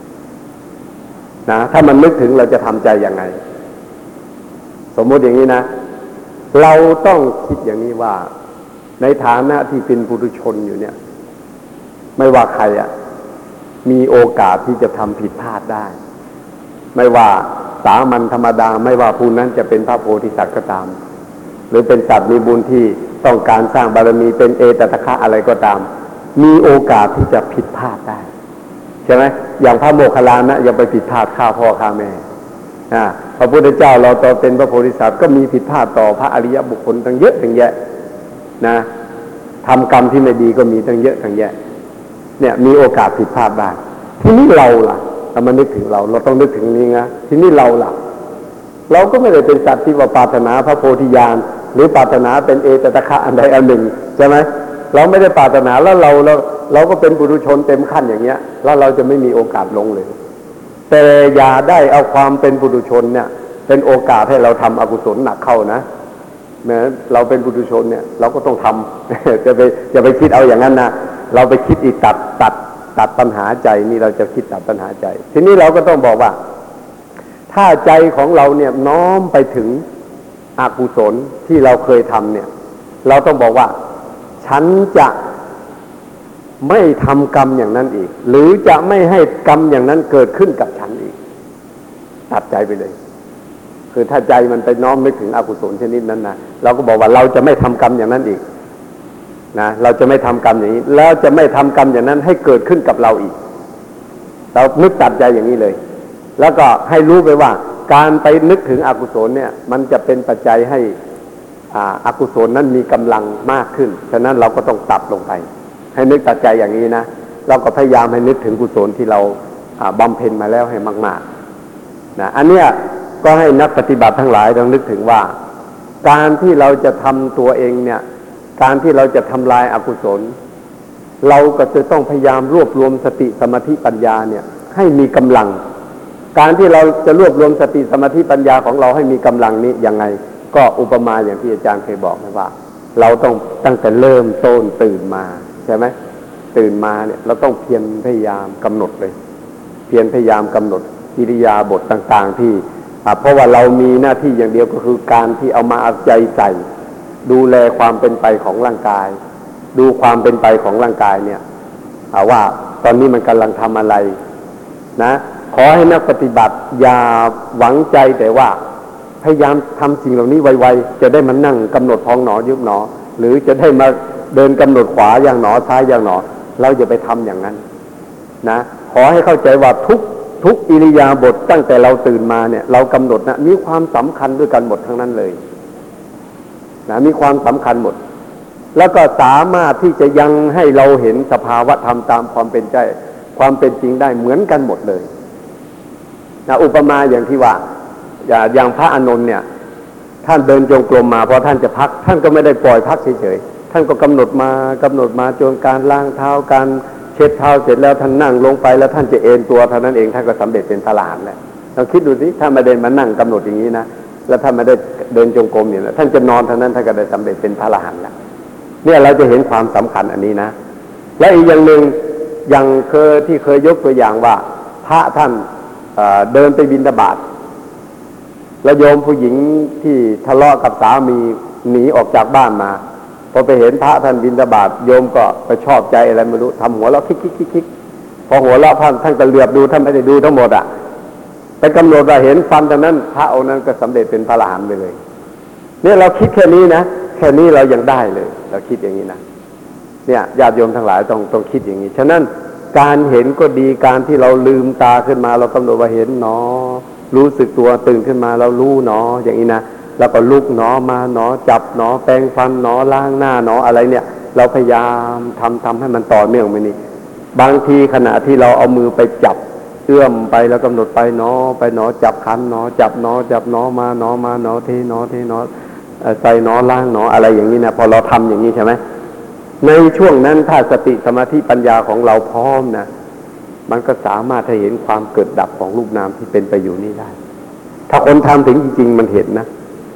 นะถ้ามันนึกถึงเราจะทำใจยังไงสมมติอย่างนี้นะเราต้องคิดอย่างนี้ว่าในฐานะที่เป็นปุถุชนอยู่เนี่ยไม่ว่าใครมีโอกาสที่จะทำผิดพลาดได้ไม่ว่าสามัญธรรมดาไม่ว่าผู้นั้นจะเป็นพระโพธิสัตว์ก็ตามหรือเป็นสัตว์มีบุญที่ต้องการสร้างบารมีเป็นเอตตะคะอะไรก็ตามมีโอกาสที่จะผิดพลาดได้ใช่ไหมอย่างพระโมคคัลลานะยังไปผิดพลาดฆ่าพ่อฆ่าแม่พระพุทธเจ้าเราตอนเป็นพระโพธิสัตว์ก็มีผิดพลาดต่อพระอริยบุคคลตั้งเยอะตั้งแยะนะทำกรรมที่ไม่ดีก็มีตั้งเยอะตั้งแยะเนี่ยมีโอกาสผิดพลาดได้ทีนี้เราล่ะถ้ามานึกถึงเราต้องนึกถึงนี้นะทีนี้เราล่ะเราก็ไม่ได้เป็นสัตว์ที่ว่าปรารถนาพระโพธิญาณหรือปรารถนาเป็นเอตตะคะอันใดอันหนึ่งใช่ไหมเราไม่ได้ปรารถนาแล้วเราก็เป็นปุถุชนเต็มขั้นอย่างเงี้ยแล้วเราจะไม่มีโอกาสลงเลยแต่อย่าได้เอาความเป็นปุถุชนเนี่ยเป็นโอกาสให้เราทำอกุศลหนักเข้านะแม้เราเป็นปุถุชนเนี่ยเราก็ต้องทำ จะไปคิดเอาอย่างนั้นนะเราไปคิดอีกตัดปัญหาใจนี่เราจะคิดตัดปัญหาใจทีนี้เราก็ต้องบอกว่าถ้าใจของเราเนี่ยน้อมไปถึงอกุศลที่เราเคยทำเนี่ยเราต้องบอกว่าฉันจะไม่ทำกรรมอย่างนั้นอีกหรือจะไม่ให้กรรมอย่างนั้นเกิดขึ้นกับฉันอีกตัดใจไปเลยคือถ้าใจมันไปน้อมนึกถึงอกุศลชนิดนั้นนะเราก็บอกว่าเราจะไม่ทำกรรมอย่างนั้นอีกนะเราจะไม่ทำกรรมอย่างนี้แล้วจะไม่ทำกรรมอย่างนั้นให้เกิดขึ้นกับเราอีกเรานึกตัดใจอย่างนี้เลยแล้วก็ให้รู้ไปว่าการไปนึกถึงอกุศลเนี่ยมันจะเป็นปัจจัยให้อกุศลนั้นมีกำลังมากขึ้นฉะนั้นเราก็ต้องตัดลงไปให้นึกตัดใจอย่างนี้นะเราก็พยายามให้นึกถึงกุศลที่เราบำเพ็ญมาแล้วให้มากๆนะอันเนี้ยก็ให้นักปฏิบัติทั้งหลายต้องนึกถึงว่าการที่เราจะทำตัวเองเนี่ยการที่เราจะทำลายอกุศลเราก็จะต้องพยายามรวบรวมสติสมาธิปัญญาเนี่ยให้มีกำลังการที่เราจะรวบรวมสติสมาธิปัญญาของเราให้มีกำลังนี้ยังไงก็อุปมาอย่างที่อาจารย์เคยบอกนะว่าเราต้องตั้งแต่เริ่มต้นตื่นมาใช่ไหมตื่นมาเนี่ยเราต้องเพียรพยายามกำหนดเลยเพียรพยายามกำหนดอิริยาบถต่างๆที่เพราะว่าเรามีหน้าที่อย่างเดียวก็คือการที่เอามาเอาใจใส่ดูแลความเป็นไปของร่างกายดูความเป็นไปของร่างกายเนี่ยว่าตอนนี้มันกำลังทำอะไรนะขอให้นักปฏิบัติอย่าหวังใจแต่ว่าพยายามทำสิ่งเหล่านี้ไวๆจะได้มานั่งกำหนดพองหนอยุบหนอหรือจะได้มาเดินกำหนดขวาอย่างหนอซ้ายอย่างหนอเราอย่าไปทำอย่างนั้นนะขอให้เข้าใจว่าทุกอิริยาบถตั้งแต่เราตื่นมาเนี่ยเรากำหนดนะมีความสำคัญด้วยกันหมดทั้งนั้นเลยนะมีความสำคัญหมดแล้วก็สามารถที่จะยังให้เราเห็นสภาวะธรรมตามความเป็นจริงได้เหมือนกันหมดเลยนะอุปมาอย่างที่ว่าอย่างพระอานนท์เนี่ยท่านเดินจงกรมมาพอท่านจะพักท่านก็ไม่ได้ปล่อยพักเฉยๆท่านก็กำหนดมาจนการล้างเท้าการเช็ดเท้าเสร็จแล้วท่านนั่งลงไปแล้วท่านจะเอนตัวเท่านั้นเองท่านก็สำเร็จเป็นพระอรหันต์แล้วเราคิดดูสิถ้ามาเดินมานั่งกำหนดอย่างนี้นะแล้วท่านไม่ได้เดินจงกรมเนี่ยนะท่านจะนอนเท่านั้นท่านก็ได้สำเร็จเป็นพระอรหันต์แล้วเนี่ยเราจะเห็นความสำคัญอันนี้นะและอีกอย่างหนึ่งอย่างเคยยกตัวอย่างว่าพระท่านเดินไปบิณฑบาตแล้วโยมผู้หญิงที่ทะเลาะกับสามีหนีออกจากบ้านมาพอไปเห็นพระท่านบิณฑบาตโยมก็ไปชอบใจอะไรไม่รู้ทำหัวเราะคิกพอหัวเราะท่านก็เหลือบดูท่านไม่ได้ดูทั้งหมดไปกำหนดว่าเห็นฟันเท่านั้นพระองค์นั้นก็สำเร็จเป็นพระอรหันต์ไปเลยเนี่ยเราคิดแค่นี้นะแค่นี้เรายังได้เลยเราคิดอย่างนี้นะเนี่ยญาติโยมทั้งหลายต้องคิดอย่างนี้ฉะนั้นการเห็นก็ดีการที่เราลืมตาขึ้นมาเรากำหนดว่าเห็นหนอรู้สึกตัวตื่นขึ้นมาเรารู้หนออย่างนี้นะแล้วก็ลุกหนอมาหนอจับหนอแปรงฟันหนอล้างหน้าหนออะไรเนี่ยเราพยายามทำให้มันต่อเนื่องไปนี่บางทีขณะที่เราเอามือไปจับเอื้อมไปแล้วกำหนดไปหนอไปหนอจับคันหนอจับหนอมาหนอเทหนอใส่หนอล้างหนออะไรอย่างนี้นะพอเราทำอย่างนี้ใช่ไหมในช่วงนั้นถ้าสติสมาธิปัญญาของเราพร้อมนะมันก็สามารถให้เห็นความเกิดดับของรูปนามที่เป็นไปอยู่นี่ได้ถ้าคนทำถึงจริงๆมันเห็นนะ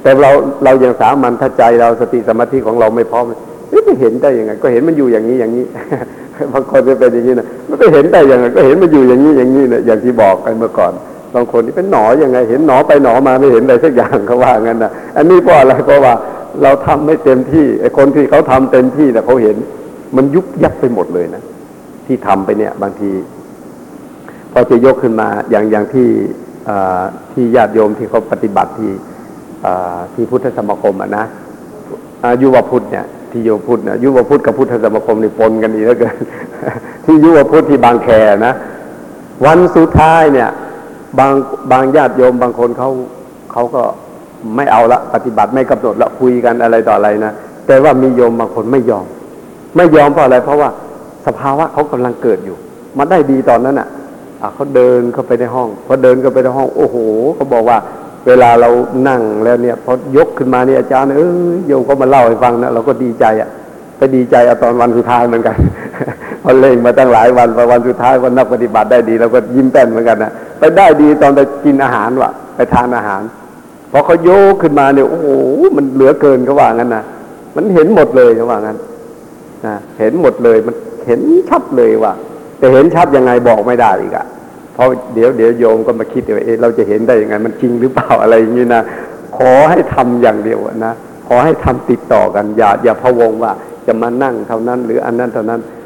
แต่เรายังสามัญถ้าใจเราสติสมาธิของเราไม่พร้อมจะเห็นได้ยังไงก็เห็นมันอยู่อย่างนี้อย่างนี้ บางคนจะเป็นอย่างนี้นะมันก็เห็นได้ยังไงก็เห็นมันอยู่อย่างนี้อย่างนี้นะอย่างที่บอกกันเมื่อก่อนบางคนนี่เป็นหนอยังไงเห็นหนอไปหนอมาไม่เห็นอะไรสักอย่างเขาว่างั้นนะอันนี้เพราะอะไรเพราะว่าเราทำไม่เต็มที่ไอ้คนที่เขาทำเต็มที่แต่เขาเห็นมันยุบยับไปหมดเลยนะที่ทำไปเนี่ยบางทีพอจะยกขึ้นมาอย่างที่ญาติโยมที่เขาปฏิบัติที่พุทธสมาคมนะยุวพุทธเนี่ยที่โยมพุทธนะยุวพุทธกับพุทธสมาคมนี่ปนกันอีกแล้วเกิน ที่ยุวพุทธที่บางแคนะวันสุดท้ายเนี่ยบางญาติโยมบางคนเขาก็ไม่เอาละปฏิบัติไม่กำหนดละคุยกันอะไรต่ออะไรนะแต่ว่ามีโยมบางคนไม่ยอมเพราะอะไรเพราะว่าสภาวะเขากำลังเกิดอยู่มันได้ดีตอนนั้นอ่ะเขาเดินเข้าไปในห้องพอเดินเข้าไปในห้องโอ้โหเขาบอกว่าเวลาเรานั่งแล้วเนี่ยพอยกขึ้นมาเนี่ยอาจารย์โยมก็มาเล่าให้ฟังนะเราก็ดีใจอ่ะไปดีใจตอนวันสุดท้ายเหมือนกัน พอเล่งมาตั้งหลายวันพอวันสุดท้ายวันนักปฏิบัติได้ดีเราก็ยิ้มแป้นเหมือนกันนะไปได้ดีตอนไปกินอาหารว่ะไปทานอาหารพอเขาโยกขึ้นมาเนี่ยโอ้โหมันเหลือเกินเขาว่างั้นนะมันเห็นหมดเลยเขาว่างั้นนะเห็นหมดเลยมันเห็นชัดเลยว่าแต่เห็นชัดยังไงบอกไม่ได้อีกอะเพราะเดี๋ยวโยมก็มาคิดว่าเราจะเห็นได้ยังไงมันจริงหรือเปล่าอะไรอย่างนี้นะขอให้ทำอย่างเดียวนะขอให้ทำติดต่อกันอย่าพะวงว่าจะมานั่งเท่านั้นหรืออันนั้นเท่านั้น